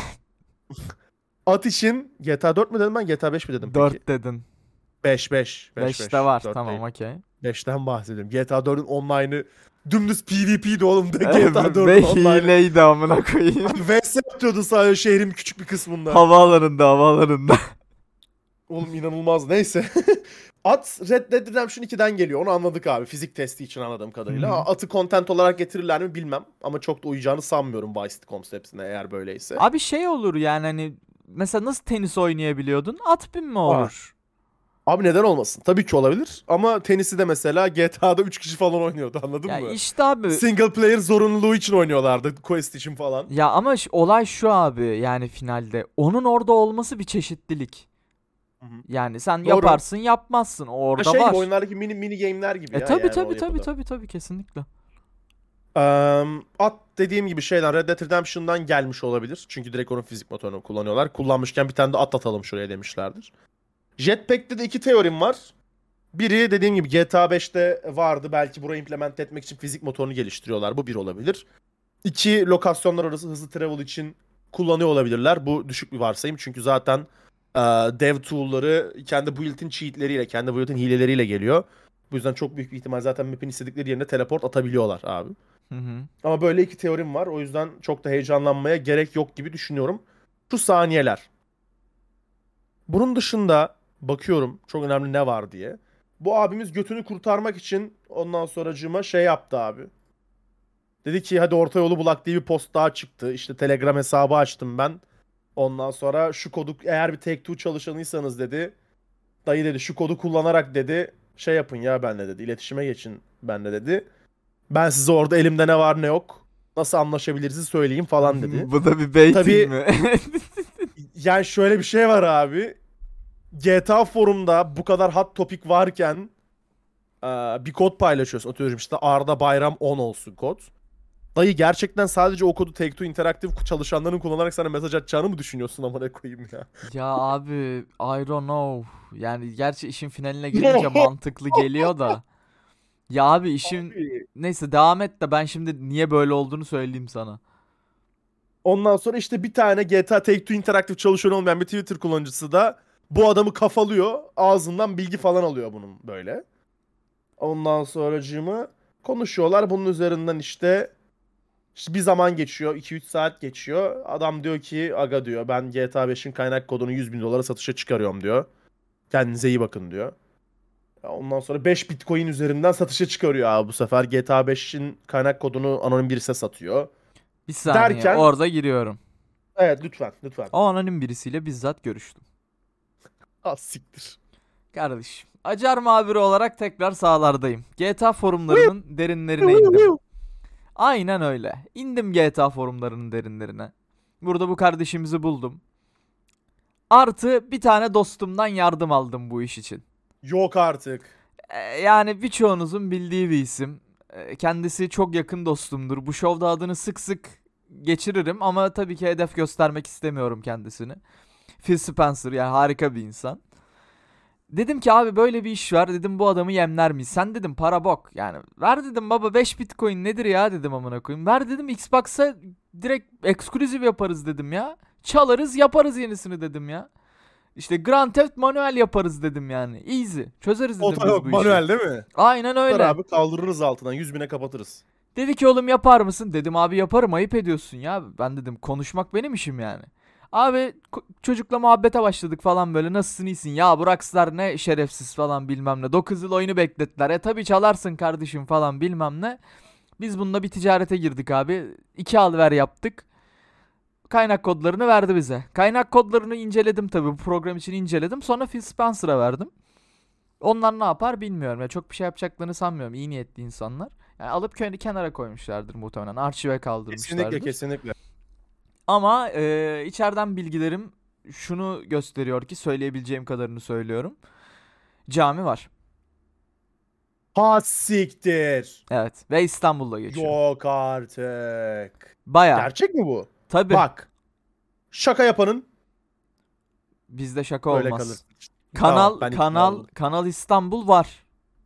at için G T A dört mü dedim ben, G T A beş mi dedim peki? dört dedin. beş beş beş beşte beş var. dört Tamam değil. okey. beşten bahsediyorum. G T A dördün online'ı dümdüz PvP'di oğlum da G T A Ve dördün online'ı. hileydi amına koyayım. V S atıyordu sadece şehrin küçük bir kısmında. Havaalanında havaalanında. Oğlum inanılmaz. Neyse. At Red Dead Redemption ikiden geliyor. Onu anladık abi. Fizik testi için anladığım kadarıyla. Hı hı. Atı content olarak getirirler mi bilmem. Ama çok da uyacağını sanmıyorum Vice City konseptine eğer böyleyse. Abi şey olur yani hani mesela nasıl tenis oynayabiliyordun? At binme olur. Abi neden olmasın? Tabii ki olabilir. Ama tenisi de mesela G T A'da üç kişi falan oynuyordu, anladın Ya mı? işte abi Single player zorunluluğu için oynuyorlardı. Quest için falan. ya ama ş- olay şu abi yani finalde onun orada olması bir çeşitlilik. Hı hı. Yani sen Doğru. yaparsın yapmazsın o Ha, orada şey var. gibi, oyunlardaki mini mini game'ler gibi E ya tabi yani o tabi tabi yapıda. tabi tabi kesinlikle. Eee, at dediğim gibi şeyden, Red Dead Redemption'dan gelmiş olabilir. Çünkü direkt onun fizik motorunu kullanıyorlar. Kullanmışken bir tane de at atalım şuraya demişlerdir. Jetpack'te de iki teorim var. Biri dediğim gibi G T A beşte vardı. Belki burayı implement etmek için fizik motorunu geliştiriyorlar. Bu bir olabilir. İki, lokasyonlar arası hızlı travel için kullanıyor olabilirler. Bu düşük bir varsayım. Çünkü zaten eee, dev tool'ları kendi built-in cheat'leriyle, kendi built-in hileleriyle geliyor. Bu yüzden çok büyük bir ihtimal zaten map'in istedikleri yerine teleport atabiliyorlar abi. Hı hı. Ama böyle iki teorim var. O yüzden çok da heyecanlanmaya gerek yok gibi düşünüyorum. Şu saniyeler. Bunun dışında bakıyorum çok önemli ne var diye. Bu abimiz götünü kurtarmak için ondan sonracığıma şey yaptı abi. Dedi ki hadi orta yolu bulak diye bir post daha çıktı. İşte Telegram hesabı açtım ben. Ondan sonra şu kodu, eğer bir Take-Two çalışanıysanız dedi. Dayı dedi şu kodu kullanarak dedi şey yapın ya benle dedi. İletişime geçin benle dedi. Ben size orada elimde ne var ne yok, nasıl anlaşabiliriz söyleyeyim falan dedi. Bu da bir baiting Tabii mi? yani şöyle bir şey var abi. G T A forumda bu kadar hot topic varken e, bir kod paylaşıyorsun. Atıyorum işte Arda Bayram on olsun kod. Dayı gerçekten sadece o kodu Take-Two Interactive çalışanların kullanarak sana mesaj atacağını mı düşünüyorsun, amına koyayım ya? Ya abi I don't know. Yani gerçi işin finaline gelince mantıklı geliyor da. Ya abi işin Abi. neyse devam et de ben şimdi niye böyle olduğunu söyleyeyim sana. Ondan sonra işte bir tane G T A Take-Two Interactive çalışanı olmayan bir Twitter kullanıcısı da bu adamı kafalıyor. Ağzından bilgi falan alıyor bunun böyle. Ondan sonracığımı konuşuyorlar. Bunun üzerinden işte İşte bir zaman geçiyor. iki üç saat geçiyor. Adam diyor ki aga diyor ben G T A beşin kaynak kodunu yüz bin dolara satışa çıkarıyorum diyor. Kendinize iyi bakın diyor. Ya ondan sonra beş Bitcoin üzerinden satışa çıkarıyor abi bu sefer. G T A beşin kaynak kodunu anonim birisine satıyor. Bir saniye Derken orada giriyorum. evet lütfen lütfen. O anonim birisiyle bizzat görüştüm. Az siktir. Kardeşim. Acar muhabiri olarak tekrar sahalardayım. G T A forumlarının derinlerine indim. Aynen öyle. İndim G T A forumlarının derinlerine. Burada bu kardeşimizi buldum. Artı bir tane dostumdan yardım aldım bu iş için. Yok artık. Ee, yani birçoğunuzun bildiği bir isim. Ee, kendisi çok yakın dostumdur. Bu şovda adını sık sık geçiririm ama tabii ki hedef göstermek istemiyorum kendisini. Phil Spencer yani harika bir insan. Dedim ki abi böyle bir iş var. Dedim bu adamı yemler miyiz? Sen dedim para bok. Yani ver dedim baba beş Bitcoin nedir ya dedim amına koyayım. Ver dedim Xbox'a direkt eksklusif yaparız dedim ya. Çalarız yaparız yenisini dedim ya. İşte Grand Theft manuel yaparız dedim yani. Easy. Çözeriz dedim Oto biz yok bu işi. manuel değil mi? Aynen Ver öyle. abi kaldırırız altından yüz bine kapatırız. Dedi ki oğlum yapar mısın? Dedim abi yaparım ayıp ediyorsun ya. Ben dedim konuşmak benim işim yani. Abi ko- çocukla muhabbete başladık falan böyle nasılsın iyisin ya bu Rockstar ne şerefsiz falan bilmem ne. dokuz yıl oyunu beklettiler. E tabi çalarsın kardeşim falan bilmem ne. Biz bununla bir ticarete girdik abi. İki al ver yaptık. Kaynak kodlarını verdi bize. Kaynak kodlarını inceledim tabi bu program için inceledim. Sonra Phil Spencer'a verdim. Onlar ne yapar bilmiyorum. Ya çok bir şey yapacaklarını sanmıyorum. İyi niyetli insanlar. Yani alıp kendi kenara koymuşlardır muhtemelen. Arşive kaldırmışlardır. Kesinlikle kesinlikle. Ama e, içeriden bilgilerim şunu gösteriyor ki söyleyebileceğim kadarını söylüyorum. Cami var. Ha siktir. Evet ve İstanbul'da geçiyor. Yok artık. Baya. Gerçek mi bu? Tabii. Bak. Şaka yapanın Bizde şaka böyle olmaz. kalır. Kanal Tamam, ben ikna kanal oldum. Kanal İstanbul var.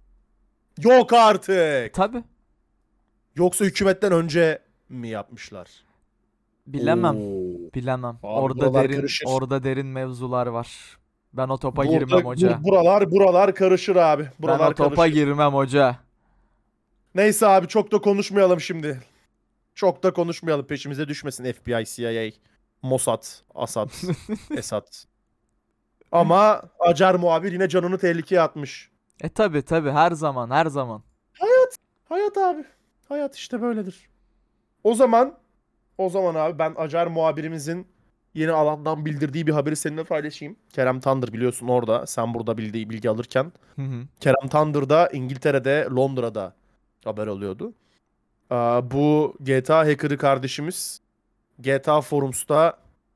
Yok artık. Tabii. Yoksa hükümetten önce mi yapmışlar? Bilemem. Oo. Bilemem. Abi orada buralar derin karışır. orada derin mevzular var. Ben o topa Burada- girmem hoca. bur- buralar buralar karışır abi. Ben Buralar o topa karışır. girmem hoca. Neyse abi çok da konuşmayalım şimdi. Çok da konuşmayalım. Peşimize düşmesin F B I, C I A, Mossad, Asad, Esad. Ama Acar muhabir yine canını tehlikeye atmış. E tabi tabi her zaman her zaman. Hayat abi. Hayat işte böyledir. O zaman o zaman abi ben Acar muhabirimizin yeni alandan bildirdiği bir haberi seninle paylaşayım. Kerem Thunder biliyorsun orada. Sen burada bildiği bilgi alırken. Hı hı. Kerem Thunder da İngiltere'de, Londra'da haber alıyordu. Aa, bu G T A hacker'ı kardeşimiz G T A Forums'ta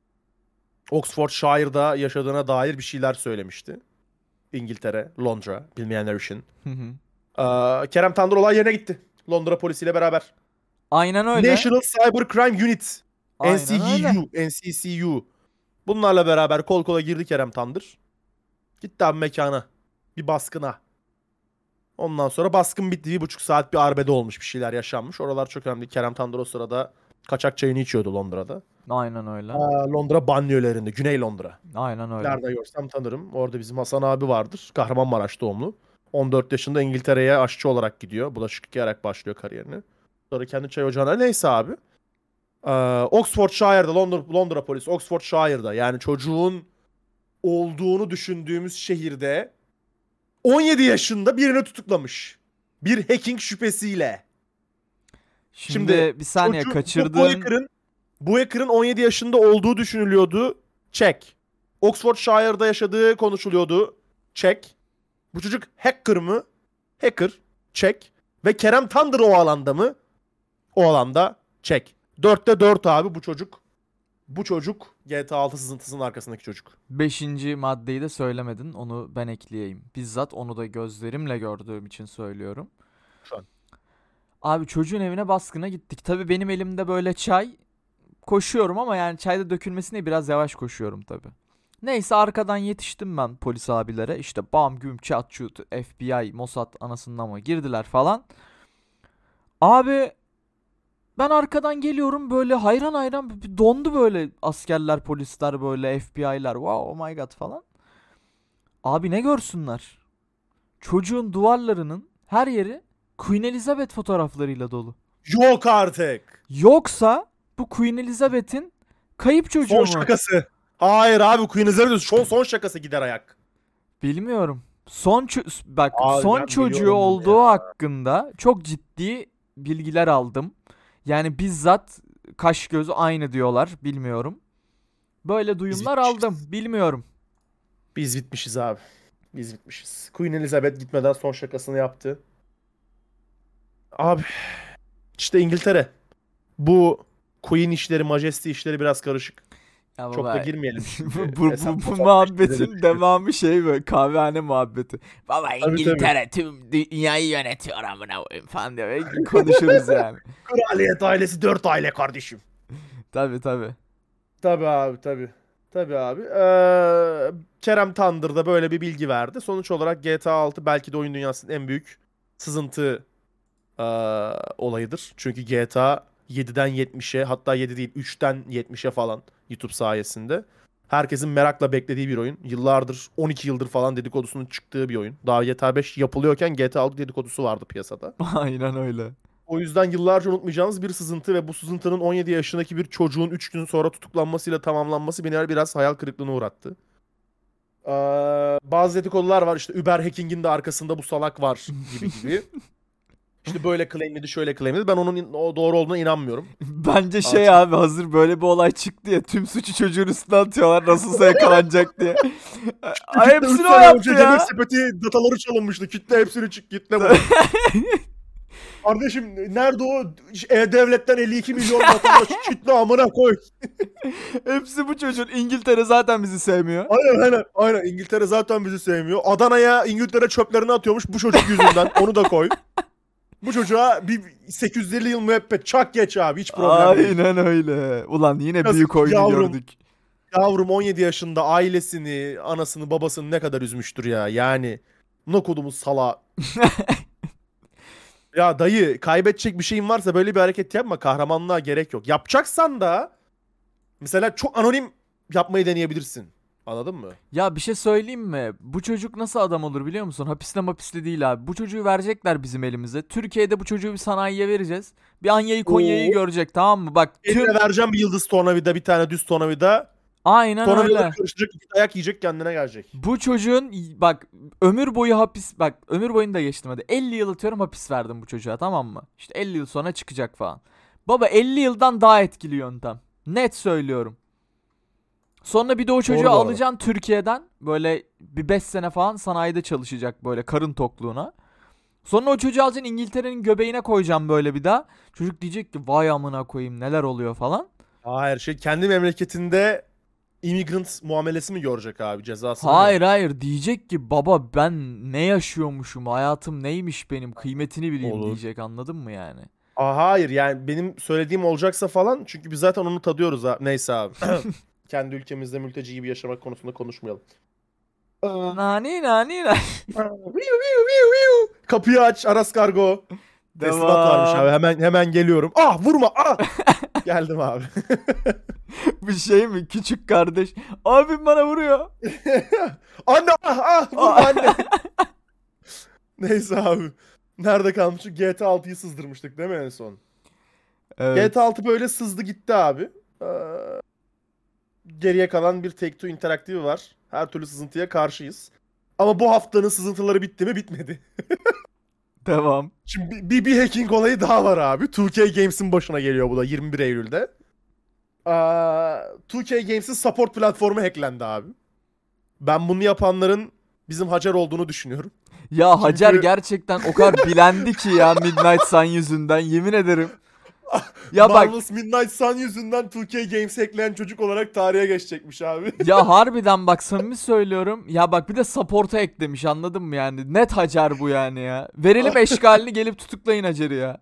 Oxfordshire'da yaşadığına dair bir şeyler söylemişti. İngiltere, Londra bilmeyenler için. Hı hı. Aa, Kerem Thunder olay yerine gitti. Londra polisiyle beraber. Aynen öyle. National Cyber Crime Unit. Aynen N C C U. N C C U. Bunlarla beraber kol kola girdi Kerem Thunder. Gitti abi mekana. Bir baskına. Ondan sonra baskın bitti. Bir buçuk saat bir arbede olmuş. Bir şeyler yaşanmış. Oralar çok önemli. Kerem Thunder o sırada kaçak çayını içiyordu Londra'da. Aynen öyle. Aa, Londra banliyölerinde. Güney Londra. Aynen öyle. Nerede görsem tanırım. Orada bizim Hasan abi vardır. Kahramanmaraş doğumlu. on dört yaşında İngiltere'ye aşçı olarak gidiyor. Bulaşık yıkayarak başlıyor kariyerini. Sonra kendi çay ocağına. Neyse abi. Ee, Oxfordshire'da Londra, Londra polisi Oxfordshire'da yani çocuğun olduğunu düşündüğümüz şehirde on yedi yaşında birini tutuklamış. Bir hacking şüphesiyle. Şimdi, Şimdi bir saniye Çocuğu- kaçırdığın Bu, bu hacker'ın bu hacker'ın on yedi yaşında olduğu düşünülüyordu. Check. Oxfordshire'da yaşadığı konuşuluyordu. Check. Bu çocuk hacker mı? Hacker. Check. Ve Kerem Thunder o alanda mı? O alanda check. dörtte dört abi bu çocuk. Bu çocuk G T A altı sızıntısının arkasındaki çocuk. beşinci maddeyi de söylemedin. Onu ben ekleyeyim. Bizzat onu da gözlerimle gördüğüm için söylüyorum. Şu an. Abi çocuğun evine baskına gittik. Tabii benim elimde böyle çay. Koşuyorum ama yani çayda dökülmesine biraz yavaş koşuyorum tabii. Neyse arkadan yetiştim ben polis abilere. İşte bam güm çat çut F B I, Mossad anasından mı girdiler falan. Abi ben arkadan geliyorum böyle hayran hayran bir dondu böyle askerler, polisler böyle F B I'lar. Wow, oh my god falan. Abi ne görsünler? Çocuğun duvarlarının her yeri Queen Elizabeth fotoğraflarıyla dolu. Yok artık. Yoksa bu Queen Elizabeth'in kayıp çocuğu Son mu? şakası. Hayır abi, Queen Elizabeth son, son şakası gider ayak. Bilmiyorum. Son ço- bak Abi son ben çocuğu biliyorum bunu olduğu hakkında çok ciddi bilgiler aldım. Yani bizzat kaş gözü aynı diyorlar. Bilmiyorum. Böyle duyumlar bitmişiz. aldım. Bilmiyorum. Biz bitmişiz abi. Biz bitmişiz. Queen Elizabeth gitmeden son şakasını yaptı. Abi işte İngiltere. Bu Queen işleri, Majesty işleri biraz karışık. Ya Çok baba, da girmeyelim şimdi. bu, bu, Hesap bu, bu hesap muhabbetin edelim. devamı şey böyle kahvehane muhabbeti. Baba Tabii, İngiltere tüm dünyayı yönetiyor amına koyayım falan diye böyle konuşuruz yani. Kraliyet ailesi dört aile kardeşim. Tabii tabii. Tabii abi, tabii. Tabii abi. Ee, Kerem Tandır da böyle bir bilgi verdi. Sonuç olarak G T A altı belki de oyun dünyasının en büyük sızıntı ee, olayıdır. Çünkü G T A yediden yetmişe, hatta yedi değil üçten yetmişe falan YouTube sayesinde. Herkesin merakla beklediği bir oyun. Yıllardır, on iki yıldır falan dedikodusunun çıktığı bir oyun. Daha G T A beş yapılıyorken G T A altı dedikodusu vardı piyasada. Aynen öyle. O yüzden yıllarca unutmayacağımız bir sızıntı ve bu sızıntının on yedi yaşındaki bir çocuğun üç gün sonra tutuklanmasıyla tamamlanması beni biraz hayal kırıklığına uğrattı. Ee, bazı dedikodular var, işte Uber hacking'in de arkasında bu salak var gibi gibi. İşte böyle claimledi, şöyle claimledi. Ben onun o doğru olduğuna inanmıyorum. Bence şey abi, hazır böyle bir olay çıktı ya, tüm suçu çocuğun üstüne atıyorlar nasılsa yakalanacak diye. Ay, Kitle üç hepsini o sene yaptı önce ya. Yemek Sepeti dataları çalınmıştı. Kitle hepsini çık kitle bu. Kardeşim nerede o E-Devlet'ten elli iki milyon vatandaş kitle amına koy. Hepsi bu çocuğun. İngiltere zaten bizi sevmiyor. Aynen aynen. Aynen, İngiltere zaten bizi sevmiyor. Adana'ya İngiltere çöplerini atıyormuş bu çocuk yüzünden. Onu da koy. Bu çocuğa bir sekiz yüz elli yıl müebbet çak geç abi, hiç problem değil. Aynen öyle. Ulan yine Yazık büyük oyunu yavrum. gördük. Yavrum on yedi yaşında ailesini, anasını, babasını ne kadar üzmüştür ya. Yani ne kodumuz sala. Ya dayı, kaybedecek bir şeyin varsa böyle bir hareket yapma. Kahramanlığa gerek yok. Yapacaksan da mesela çok anonim yapmayı deneyebilirsin. Anladın mı? Ya bir şey söyleyeyim mi? Bu çocuk nasıl adam olur biliyor musun? Hapiste mapiste değil abi. Bu çocuğu verecekler bizim elimize. Türkiye'de bu çocuğu bir sanayiye vereceğiz. Bir Anya'yı Konya'yı Oo. görecek, tamam mı? Bak tüm... Eline vereceğim bir yıldız tornavida, bir tane düz tornavida. Aynen Tornavida öyle. karışacak, iki dayak yiyecek, kendine gelecek. Bu çocuğun bak ömür boyu hapis, bak ömür boyunu da geçtim hadi. elli yıl atıyorum hapis verdim bu çocuğa, tamam mı? İşte elli yıl sonra çıkacak falan. Baba elli yıldan daha etkili yöntem. Net söylüyorum. Sonra bir de o çocuğu Doğru bu arada. alacaksın Türkiye'den. Böyle bir beş sene falan sanayide çalışacak böyle karın tokluğuna. Sonra o çocuğu alacaksın İngiltere'nin göbeğine koyacaksın böyle bir daha. Çocuk diyecek ki vay amına koyayım neler oluyor falan. Hayır, şey kendi memleketinde immigrant muamelesi mi görecek abi, cezasını mı? Hayır hayır, diyecek ki baba ben ne yaşıyormuşum, hayatım neymiş benim, kıymetini bileyim Olur. diyecek, anladın mı yani? Aa, hayır yani benim söylediğim olacaksa falan, çünkü biz zaten onu tadıyoruz ha. Neyse abi. Kendi ülkemizde mülteci gibi yaşamak konusunda konuşmayalım. Nani nani nani. Kapıyı aç Aras Kargo. Teslimat varmış abi, hemen hemen geliyorum. Ah vurma ah. Geldim abi. Bu şey mi, küçük kardeş? Abim bana vuruyor. Anne ah ah vurma anne. Neyse abi. Nerede kalmıştık? G T A altıyı sızdırmıştık değil mi en son? Evet. G T A altı böyle sızdı gitti abi. Ee, geriye kalan bir Take-Two interaktifi var. Her türlü sızıntıya karşıyız. Ama bu haftanın sızıntıları bitti mi? Bitmedi. Devam. Şimdi bir, bir, bir hacking olayı daha var abi. iki K Games'in başına geliyor bu da yirmi bir Eylül'de. Aa, iki K Games'in support platformu hacklendi abi. Ben bunu yapanların bizim Hacer olduğunu düşünüyorum. Ya Hacer Çünkü- gerçekten o kadar bilendi ki ya Midnight Sun yüzünden, yemin ederim. Ya bak Marvel's Midnight Sun yüzünden iki K Games hackleyen çocuk olarak tarihe geçecekmiş abi. ya harbiden bak samimi söylüyorum. Ya bak bir de support'a eklemiş, anladın mı yani? Net Hacer bu yani ya. Verelim eşkalini, gelip tutuklayın Hacer'i ya.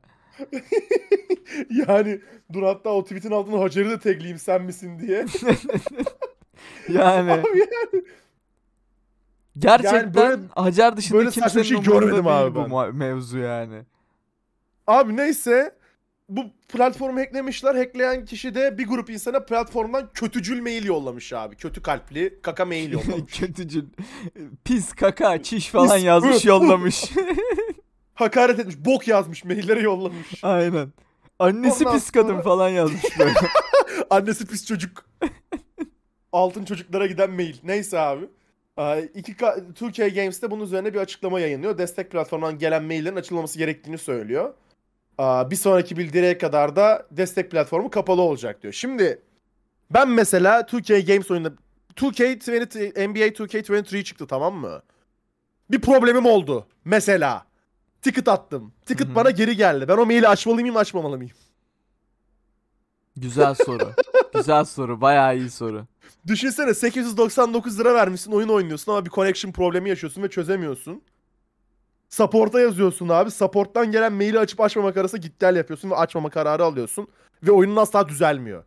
Yani dur, hatta o tweet'in altına Hacer'i de tagleyeyim sen misin diye. Yani Abi yani, gerçekten Yani böyle- Hacer dışında böyle saçma kimsenin bir şey umurunda görmedim değil abi bu ben. ma- mevzu yani. abi neyse, bu platformu hacklemişler. Hackleyen kişi de bir grup insana platformdan kötücül mail yollamış abi. Kötü kalpli kaka mail yollamış. Kötücül. Pis kaka çiş falan Pis, yazmış hı, yollamış. Hakaret etmiş, bok yazmış, maillere yollamış. Aynen. Annesi Ondan pis kadın sonra- falan yazmış böyle. Annesi pis çocuk. Altın çocuklara giden mail. Neyse abi. Ee, iki K, iki K Games'te bunun üzerine bir açıklama yayınlıyor. Destek platformundan gelen maillerin açılmaması gerektiğini söylüyor. Ee, bir sonraki bildiriye kadar da destek platformu kapalı olacak diyor. Şimdi ben mesela iki K Games oyunda iki K yirmi, N B A iki K yirmi üç çıktı, tamam mı? Bir problemim oldu. Mesela ticket attım. Ticket Hı hı. bana geri geldi. Ben o maili açmalı mıyım, açmamalı mıyım? Güzel soru. Güzel soru. Bayağı iyi soru. Düşünsene, sekiz yüz doksan dokuz lira vermişsin, oyun oynuyorsun ama bir connection problemi yaşıyorsun ve çözemiyorsun. Support'a yazıyorsun abi. Support'tan gelen maili açıp açmamak arasında git gel yapıyorsun ve açmama kararı alıyorsun. Ve oyunun asla düzelmiyor.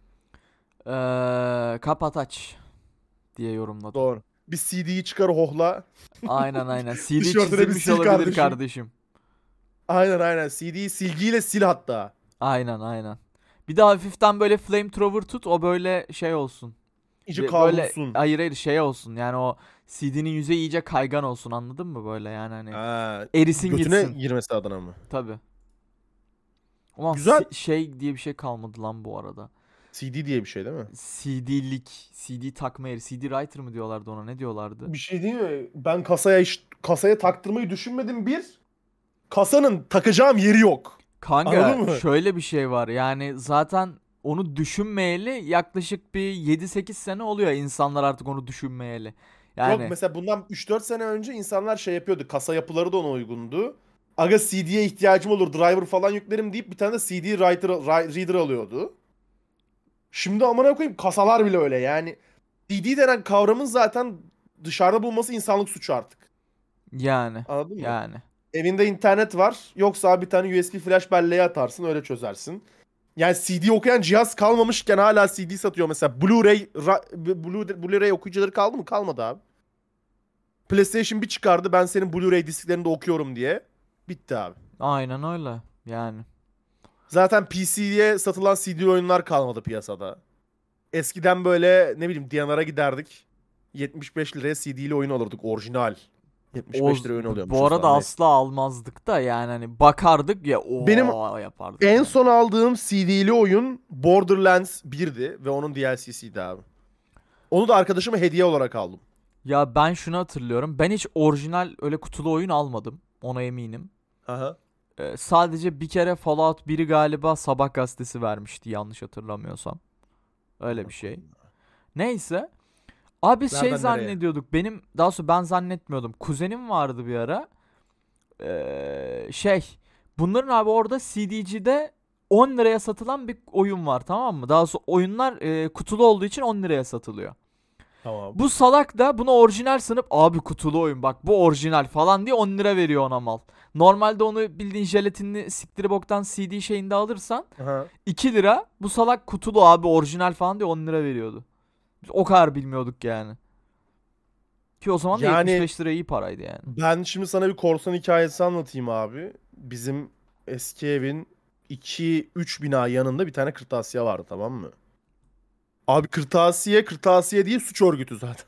Ee, kapat aç diye yorumladım. Doğru. Bir C D'yi çıkar hohla. Aynen aynen. C D Tişörtüne bir çizilmiş sil olabilir kardeşim. kardeşim. Aynen aynen. C D'yi silgiyle sil hatta. Aynen aynen. Bir de hafiften böyle flamethrower tut, o böyle şey olsun. İyice Ve böyle kavrulsun. hayır hayır şey olsun. Yani o C D'nin yüzeyi iyice kaygan olsun, anladın mı böyle yani hani. Ha, Erisin götüne gitsin. girmesi adına mı? Tabii. Ulan Güzel. si- şey diye bir şey kalmadı lan bu arada. C D diye bir şey değil mi? C D'lik, C D takma yeri, C D writer mı diyorlardı ona, ne diyorlardı? Bir şey değil mi? Ben kasaya hiç, kasaya taktırmayı düşünmedim bir. Kasanın takacağım yeri yok. Kanka Anladın mı? şöyle bir şey var yani, zaten onu düşünmeyeli yaklaşık bir yedi sekiz sene oluyor insanlar artık onu düşünmeyeli. Yani Yok, mesela bundan üç dört sene önce insanlar şey yapıyordu. Kasa yapıları da ona uygundu. Aga C D'ye ihtiyacım olur, driver falan yüklerim deyip bir tane de C D writer, ri- reader alıyordu. Şimdi amına koyayım, kasalar bile öyle yani. C D denen kavramın zaten dışarıda bulması insanlık suçu artık. yani Anladın mı? yani. Evinde internet var. Yoksa bir tane U S B flash belleğe atarsın, öyle çözersin. Yani C D okuyan cihaz kalmamışken hala C D satıyor mesela. Blu-ray ra- Blu- Blu-ray okuyucuları kaldı mı? Kalmadı abi. PlayStation bir çıkardı, ben senin Blu-ray disklerini de okuyorum diye. Bitti abi. Aynen öyle yani. Zaten P C'ye satılan C D oyunlar kalmadı piyasada. Eskiden böyle ne bileyim D and R'a giderdik. yetmiş beş liraya C D'li oyun alırdık, orijinal. yetmiş O, beş liraya oyun alıyormuşuz bu arada falan. asla almazdık da yani hani bakardık ya, o Benim yapardık. En yani. son aldığım C D'li oyun Borderlands birdi ve onun D L C'siydi abi. Onu da arkadaşıma hediye olarak aldım. Ya ben şunu hatırlıyorum. Ben hiç orijinal öyle kutulu oyun almadım. Ona eminim. Aha. Ee, sadece bir kere Fallout biri galiba Sabah gazetesi vermişti, yanlış hatırlamıyorsam. Öyle bir şey. Neyse. Abi biz şey Nereden nereye? zannediyorduk. Benim daha sonra ben zannetmiyordum. Kuzenim vardı bir ara. Ee, şey. Bunların abi orada C D'cide on liraya satılan bir oyun var, tamam mı? Daha sonra oyunlar e, kutulu olduğu için on liraya satılıyor. Tamam. Bu salak da bunu orijinal sanıp abi kutulu oyun bak bu orijinal falan diye on lira veriyor ona mal. Normalde onu bildiğin jelatinli siktiri boktan C D şeyinde alırsan Aha. iki lira, bu salak kutulu abi orijinal falan diye on lira veriyordu. Biz o kadar bilmiyorduk yani. Ki o zaman da Yani- yetmiş beş lira iyi paraydı yani. Ben şimdi sana bir korsan hikayesi anlatayım abi. Bizim eski evin iki üç bina yanında bir tane kırtasiye vardı, tamam mı? Abi kırtasiye, kırtasiye değil, suç örgütü zaten.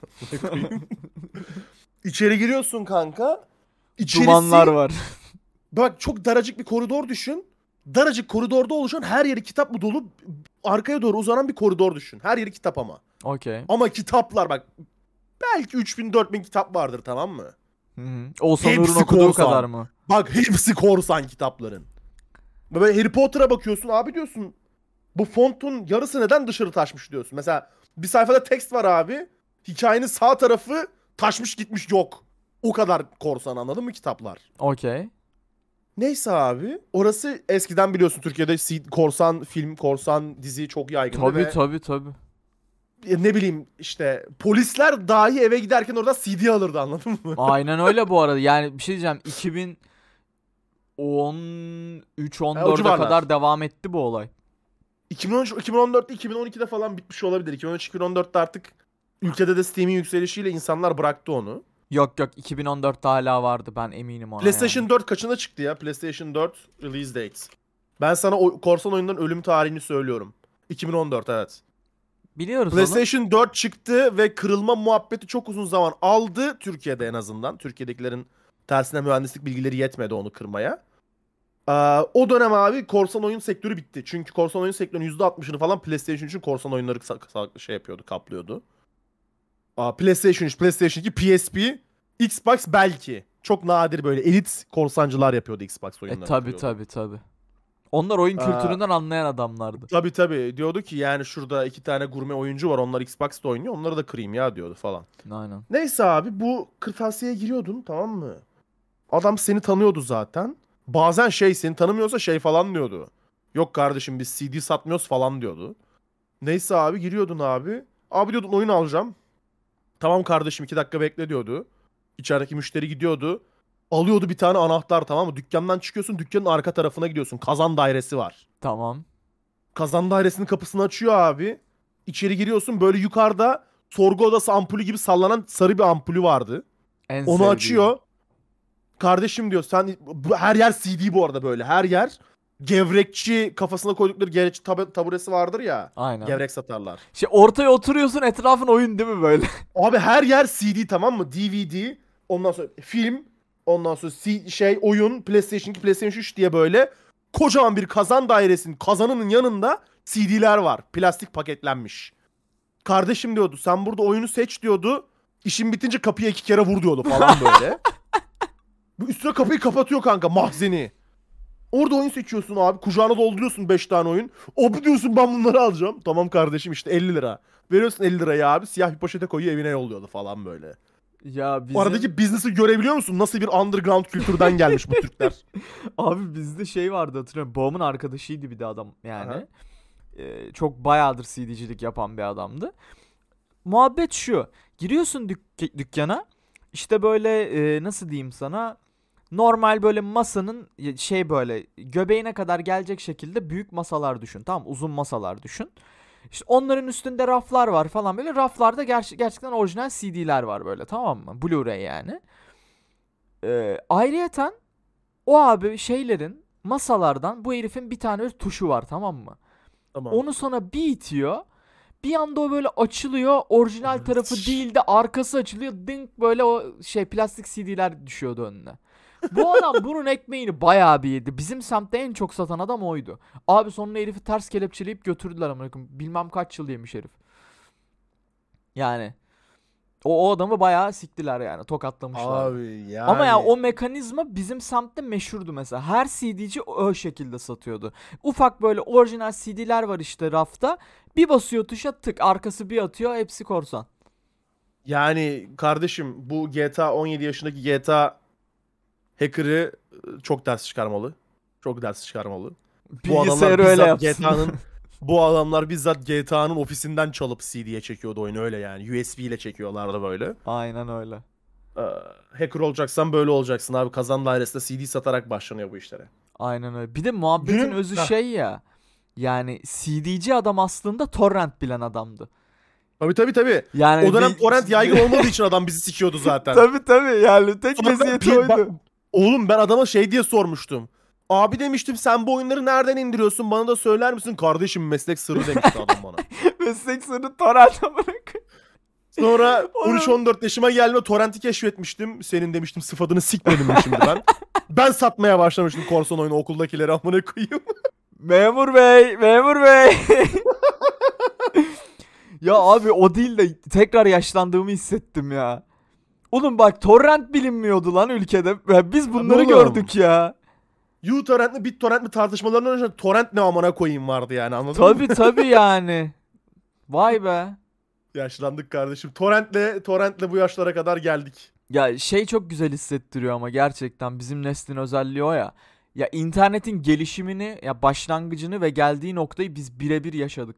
İçeri giriyorsun kanka. İçerisi, Dumanlar var. bak çok daracık bir koridor düşün. Daracık koridorda oluşan, her yeri kitap mı dolu, arkaya doğru uzanan bir koridor düşün. Her yeri kitap ama. Okey. Ama kitaplar bak, belki üç bin dört bin kitap vardır, tamam mı? Hı hı. Oğuzhan Hepsi Uğur'un okuduğu korsan. kadar mı? Bak hepsi korsan kitapların. Böyle Harry Potter'a bakıyorsun abi, diyorsun bu fontun yarısı neden dışarı taşmış diyorsun. Mesela bir sayfada tekst var abi. Hikayenin sağ tarafı taşmış gitmiş yok. O kadar korsan, anladın mı kitaplar? Okey. Neyse abi, orası eskiden biliyorsun Türkiye'de si- korsan film, korsan dizi çok yaygındı Tabi ve tabi tabi. e, ne bileyim işte polisler dahi eve giderken orada C D alırdı, anladın mı? Aynen öyle bu arada. Yani bir şey diyeceğim. iki bin on üç on Ha, o dörde civarlar. kadar devam etti bu olay. iki bin on üç, iki bin on dörtte, iki bin on ikide falan bitmiş olabilir. iki bin on üç, iki bin on dörtte artık ülkede de Steam'in yükselişiyle insanlar bıraktı onu. Yok yok, iki bin on dörtte hala vardı, ben eminim ona PlayStation yani. dört kaçında çıktı ya? PlayStation dört release date. Ben sana o korsan oyundan ölüm tarihini söylüyorum. iki bin on dört, evet. Biliyoruz onu. PlayStation dört çıktı ve kırılma muhabbeti çok uzun zaman aldı Türkiye'de en azından. Türkiye'dekilerin tersine mühendislik bilgileri yetmedi onu kırmaya. Ee, o dönem abi korsan oyun sektörü bitti. Çünkü korsan oyun sektörünün yüzde altmışını falan PlayStation için korsan oyunları sa- şey yapıyordu, kaplıyordu. Aa, PlayStation üç, PlayStation iki, P S P, Xbox belki. Çok nadir böyle elit korsancılar yapıyordu Xbox E oyunlarını tabi yapıyordu. tabi tabi. Onlar oyun Aa, kültüründen anlayan adamlardı. tabii tabii. Diyordu ki yani şurada iki tane gurme oyuncu var. Onlar Xbox'ta oynuyor. Onları da kırayım ya diyordu falan. Aynen. Neyse abi bu kırtasiyeye giriyordun, tamam mı? Adam seni tanıyordu zaten. Bazen şey seni tanımıyorsa şey falan diyordu. Yok kardeşim biz C D satmıyoruz falan diyordu. Neyse abi giriyordun abi. Abi diyordun oyun alacağım. Tamam kardeşim iki dakika bekle diyordu. İçerideki müşteri gidiyordu. Alıyordu bir tane anahtar, tamam mı? Dükkandan çıkıyorsun, dükkanın arka tarafına gidiyorsun. Kazan dairesi var. Tamam. Kazan dairesinin kapısını açıyor abi. İçeri giriyorsun, böyle yukarıda sorgu odası ampulü gibi sallanan sarı bir ampulü vardı. En Onu sevdiğim. açıyor. Kardeşim diyor sen bu- her yer C D bu arada böyle. Her yer gevrekçi kafasına koydukları gevrekçi tab- taburesi vardır ya. Aynen. Gevrek satarlar. Şey ortaya oturuyorsun, etrafın oyun değil mi böyle? Abi her yer C D, tamam mı? D V D, ondan sonra film, ondan sonra C- şey oyun, PlayStation iki, PlayStation üç diye böyle kocaman bir kazan dairesinin kazanının yanında C D'ler var. Plastik paketlenmiş. Kardeşim diyordu sen burada oyunu seç diyordu. İşin bitince kapıya iki kere vur diyordu falan böyle. Bu üstüne kapıyı kapatıyor kanka, mahzeni. Orada oyun seçiyorsun abi. Kucağına dolduruyorsun beş tane oyun. Abi diyorsun ben bunları alacağım. Tamam kardeşim işte elli lira. Veriyorsun elli lirayı abi. Siyah bir poşete koyuyor, evine yolluyordu falan böyle. Ya Bu bizim aradaki business'ı görebiliyor musun? Nasıl bir underground kültürden gelmiş bu Türkler. abi bizde şey vardı, hatırlıyorum. Babamın arkadaşıydı bir de adam yani. Aha. Ee, çok bayağıdır C D'cilik yapan bir adamdı. Muhabbet şu. Giriyorsun dük- dükkana. İşte böyle e, nasıl diyeyim sana? Normal böyle masanın y- şey böyle göbeğine kadar gelecek şekilde büyük masalar düşün. Tamam mı? Uzun masalar düşün. İşte onların üstünde raflar var falan böyle. Raflarda ger- gerçekten orijinal C D'ler var böyle, tamam mı? Blu-ray yani. Ee, ayrıyeten o abi şeylerin masalardan bu herifin bir tane böyle tuşu var, tamam mı? Tamam. Onu sana bir itiyor. Bir anda o böyle açılıyor. Orijinal tarafı değil de arkası açılıyor. Dink böyle o şey plastik C D'ler düşüyordu önüne. Bu adam bunun ekmeğini bayağı bir yedi. Bizim semtte en çok satan adam oydu. Abi sonra herifi ters kelepçeleyip götürdüler amına koyayım. Bilmem kaç yıl yemiş herif. Yani o, o adamı bayağı siktiler yani. Tokatlamışlar. Abi yani. Ama ya o mekanizma bizim semtte meşhurdu mesela. Her C D'ci o şekilde satıyordu. Ufak böyle orijinal C D'ler var işte rafta. Bir basıyor tuşa, tık arkası bir atıyor, hepsi korsan. Yani kardeşim bu G T A on yedi yaşındaki G T A hacker'ı e, çok ders çıkarmalı. Çok ders çıkarmalı. Bu adamlar Bilgisayarı öyle bizzat yapsın. G T A'nın bu adamlar bizzat G T A'nın ofisinden çalıp C D'ye çekiyordu oyunu, öyle yani. U S B ile çekiyorlardı böyle. Aynen öyle. Ee, hacker olacaksan böyle olacaksın abi. Kazan dairesinde C D satarak başlanıyor bu işlere. Aynen öyle. Bir de muhabbetin Günün... özü Heh, şey ya. Yani C D'ci adam aslında torrent bilen adamdı. tabii tabii tabii. Yani O dönem bir... torrent yaygın olmadığı için adam bizi sikiyordu zaten. Tabii tabii yani tek Sonra meziyeti bir- oydu. bak- oğlum ben adama şey diye sormuştum. Abi demiştim sen bu oyunları nereden indiriyorsun? Bana da söyler misin? Kardeşim meslek sırrı demişti adam bana. Meslek sırrı torrent amına koyayım. Sonra Oğlum. on üç on dört yaşıma geldiğimde torrenti keşfetmiştim. Senin demiştim sıfatını sikmedim mi şimdi ben? Ben satmaya başlamıştım korsan oyunu okuldakileri amına koyayım. Memur bey, memur bey. Ya abi o değil de tekrar yaşlandığımı hissettim ya. Oğlum bak torrent bilinmiyordu lan ülkede. Ya biz bunları oğlum. gördük ya. uTorrent mi BitTorrent mi tartışmalarından önce torrent ne amına koyayım vardı yani, anladın mı? Tabii tabii yani. Vay be. Yaşlandık kardeşim. Torrent'le torrent'le bu yaşlara kadar geldik. Ya şey çok güzel hissettiriyor ama gerçekten bizim neslin özelliği o ya. Ya internetin gelişimini, ya başlangıcını ve geldiği noktayı biz birebir yaşadık.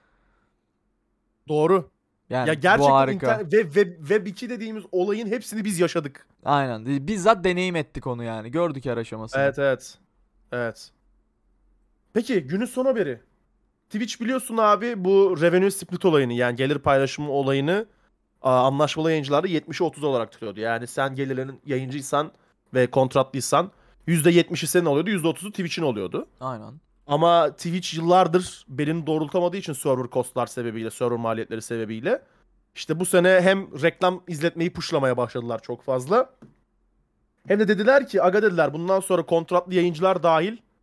Doğru. Yani Ya bu gerçekten harika. internet ve web, web iki dediğimiz olayın hepsini biz yaşadık. Aynen. Bizzat deneyim ettik onu yani. Gördük her aşamasını. Evet evet. Evet. Peki günün son haberi. Twitch biliyorsun abi bu revenue split olayını, yani gelir paylaşımı olayını aa, anlaşmalı yayıncılarda yetmişe otuz olarak tutuyordu. Yani sen gelirlerin yayıncıysan ve kontratlıysan yüzde yetmişi senin oluyordu, yüzde otuzu Twitch'in oluyordu. Aynen. Ama Twitch yıllardır belini doğrultamadığı için server costlar sebebiyle, server maliyetleri sebebiyle işte bu sene hem reklam izletmeyi pushlamaya başladılar çok fazla. Hem de dediler ki aga dediler bundan sonra kontratlı yayıncılar dahil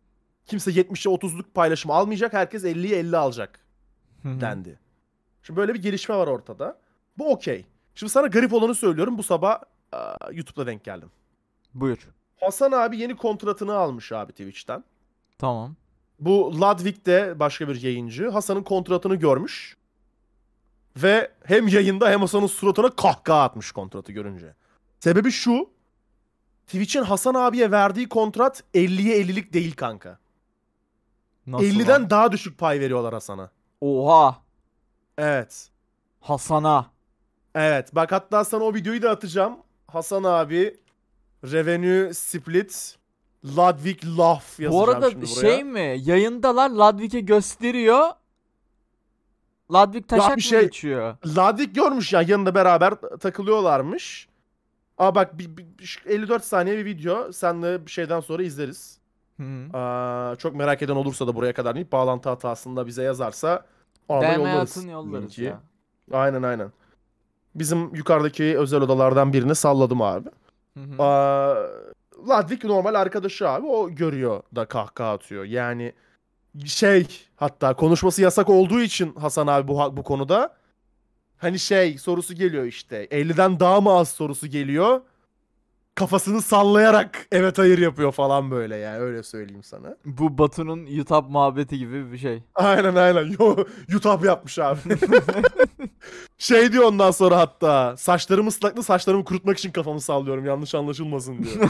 Kimse yetmişe otuzluk paylaşım almayacak. Herkes elliye elli alacak Hı hı. dendi. Şimdi böyle bir gelişme var ortada. Bu okey. Şimdi sana garip olanı söylüyorum. Bu sabah aa, YouTube'da denk geldim. Buyur. Hasan abi yeni kontratını almış abi Twitch'ten. Tamam. Bu Ludwig de başka bir yayıncı. Hasan'ın kontratını görmüş. Ve hem yayında hem Hasan'ın suratına kahkaha atmış kontratı görünce. Sebebi şu. Twitch'in Hasan abiye verdiği kontrat elliye ellilik değil kanka. Nasıl elliden lan? daha düşük pay veriyorlar Hasan'a. Oha. Evet. Hasan'a. Evet. Bak hatta sana o videoyu da atacağım. Hasan abi Revenue Split Ludwig Laf Bu yazacağım arada şimdi buraya. şey mi? Yayındalar Ludwig'e gösteriyor. Ludwig taşak bir mı şey- geçiyor? Ludwig görmüş ya, yanında beraber takılıyorlarmış. Aa bak bir, bir- elli dört saniye bir video. Senle bir şeyden sonra izleriz. Hı hı. Aa, çok merak eden olursa da buraya kadar deyip bağlantı hatasında bize yazarsa ona da D M yollarız. atın yollarız linki. ya. Aynen aynen. Bizim yukarıdaki özel odalardan birini salladım abi. Hı hı. Aa, Ludwig normal arkadaşı abi. O görüyor da kahkaha atıyor. Yani şey, hatta konuşması yasak olduğu için Hasan abi bu, bu konuda hani şey sorusu geliyor işte. elliden daha mı az sorusu geliyor. Kafasını sallayarak evet hayır yapıyor falan böyle, yani öyle söyleyeyim sana. Bu Batu'nun YouTube muhabbeti gibi bir şey. Aynen aynen. Yo, YouTube yapmış abi. Şey diyor ondan sonra hatta. Saçlarım ıslaklı, saçlarımı kurutmak için kafamı sallıyorum. Yanlış anlaşılmasın diyor.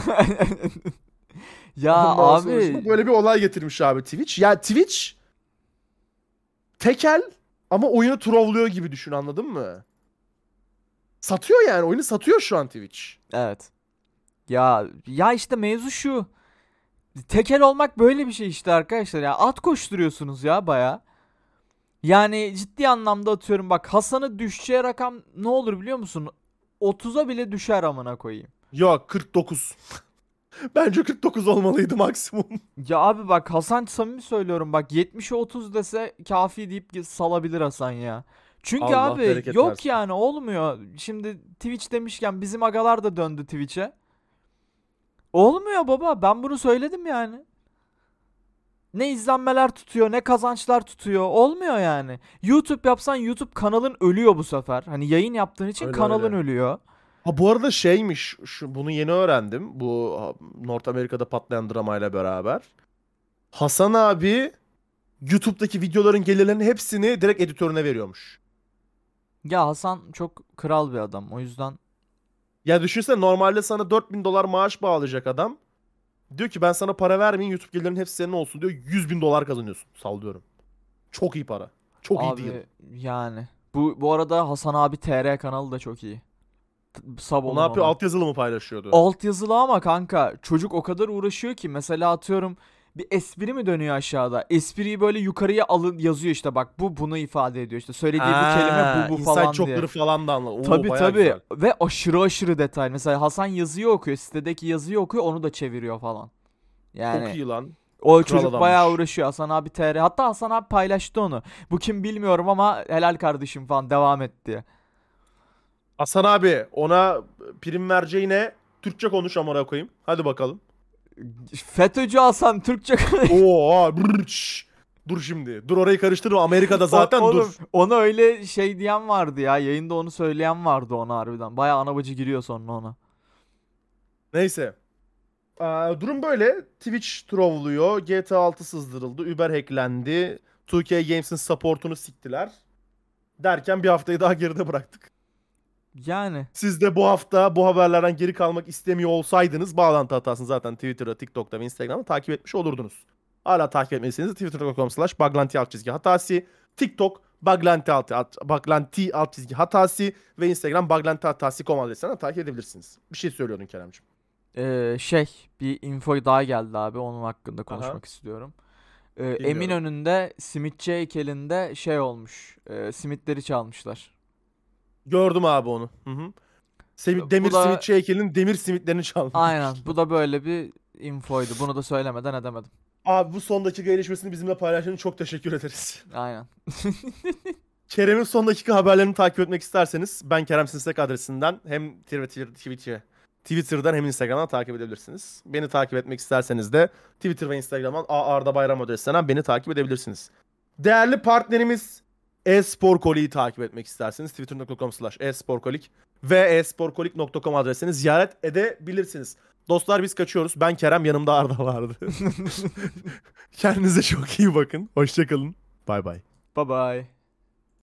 Ya Ondan abi sonrasında böyle bir olay getirmiş abi Twitch. Ya Twitch tekel ama oyunu trollüyor gibi düşün, anladın mı? Satıyor yani. Oyunu satıyor şu an Twitch. evet. Ya ya işte mevzu şu. Tekel olmak böyle bir şey işte arkadaşlar ya. At koşturuyorsunuz ya baya. Yani ciddi anlamda atıyorum bak Hasan'ı düşeceği rakam ne olur biliyor musun? otuza bile düşer amına koyayım. Yok, kırk dokuz. Bence kırk dokuz olmalıydı maksimum. Ya abi bak Hasan samimi söylüyorum bak yetmişe otuz dese kafi deyip salabilir Hasan ya. Çünkü Allah abi bereket yok versin. yani olmuyor. Şimdi Twitch demişken bizim agalar da döndü Twitch'e. Olmuyor baba, ben bunu söyledim yani. Ne izlenmeler tutuyor ne kazançlar tutuyor, olmuyor yani. YouTube yapsan YouTube kanalın ölüyor bu sefer. Hani yayın yaptığın için Öyle, kanalın öyle. ölüyor. Ha bu arada şeymiş, şu, bunu yeni öğrendim. Bu ha, North Amerika'da patlayan dramayla beraber. Hasan abi YouTube'daki videoların gelirlerinin hepsini direkt editörüne veriyormuş. Ya Hasan çok kral bir adam o yüzden. Ya düşünsene, normalde sana dört bin dolar maaş bağlayacak adam. Diyor ki ben sana para vermeyeyim, YouTube gelirlerinin hepsi senin olsun diyor. yüz bin dolar kazanıyorsun, sallıyorum. Çok iyi para. Çok iyi deal. Abi yani. Bu bu arada Hasan abi T R kanalı da çok iyi. T- Sub O ne olun yapıyor? ona. Altyazılı mı paylaşıyordu? Alt yazılı ama kanka çocuk o kadar uğraşıyor ki mesela atıyorum bir espri mi dönüyor aşağıda? Espriyi böyle yukarıya alın yazıyor işte bak bu bunu ifade ediyor işte söylediği bu kelime bu bu inside falan joke'ları diye. falan da anla. Oo, Tabii bayağı tabii güzel. ve aşırı aşırı detay. Mesela Hasan yazıyı okuyor, sitedeki yazıyı okuyor, onu da çeviriyor falan. Yani Çok iyi lan. o Kral çocuk bayağı adammış. uğraşıyor. Hasan abi T R. Hatta Hasan abi paylaştı onu. Bu kim bilmiyorum ama helal kardeşim falan devam et diye. Hasan abi, ona prim vereceğine Türkçe konuş amına koyayım. Hadi bakalım. FETÖ'cü Hasan Türkçe Oo, brr, şş. Dur şimdi. Dur, orayı karıştırma. Amerika'da zaten O- oğlum, dur. Onu öyle şey diyen vardı ya. Yayında onu söyleyen vardı ona harbiden. Bayağı anabacı giriyor sonra ona. Neyse. Aa, durum böyle. Twitch trollüyor. G T A altı sızdırıldı. Uber hacklendi. iki K Games'in supportunu siktiler. Derken bir haftayı daha geride bıraktık. Yani. Siz de bu hafta bu haberlerden geri kalmak istemiyor olsaydınız bağlantı hatasını zaten Twitter'da, TikTok'ta ve Instagram'da takip etmiş olurdunuz. Hala takip etmediyseniz twitter nokta com slash baglanti alt çizgi hatası, TikTok baglanti alt, alt, baglanti alt çizgi hatası ve Instagram baglanti hatası nokta com adresinden takip edebilirsiniz. Bir şey söylüyordun Keremciğim. Ee, şey bir info daha geldi abi. Onun hakkında konuşmak Aha. istiyorum. Ee, Dinliyorum. Eminönü'nde simitçi heykelinde şey olmuş. E, simitleri çalmışlar. Gördüm abi onu. Hı hı. Semi- Bu demir da- simitçi heykelinin demir simitlerini çalmış. Aynen. Bu da böyle bir infoydu. Bunu da söylemeden edemedim. Abi bu son dakika gelişmesini bizimle paylaştığın için çok teşekkür ederiz. Aynen. Kerem'in son dakika haberlerini takip etmek isterseniz ben Kerem Sinsek adresinden hem Twitter, Twitch'e Twitter'dan hem Instagram'dan takip edebilirsiniz. Beni takip etmek isterseniz de Twitter ve Instagram'dan A Arda Bayram adresinden beni takip edebilirsiniz. Değerli partnerimiz eSporkolik'i takip etmek isterseniz twitter nokta com slash esporkolik ve esporkolik nokta com adresini ziyaret edebilirsiniz. Dostlar biz kaçıyoruz. Ben Kerem, yanımda Arda vardı. Kendinize çok iyi bakın. Hoşçakalın. Bay bay. Bye bye.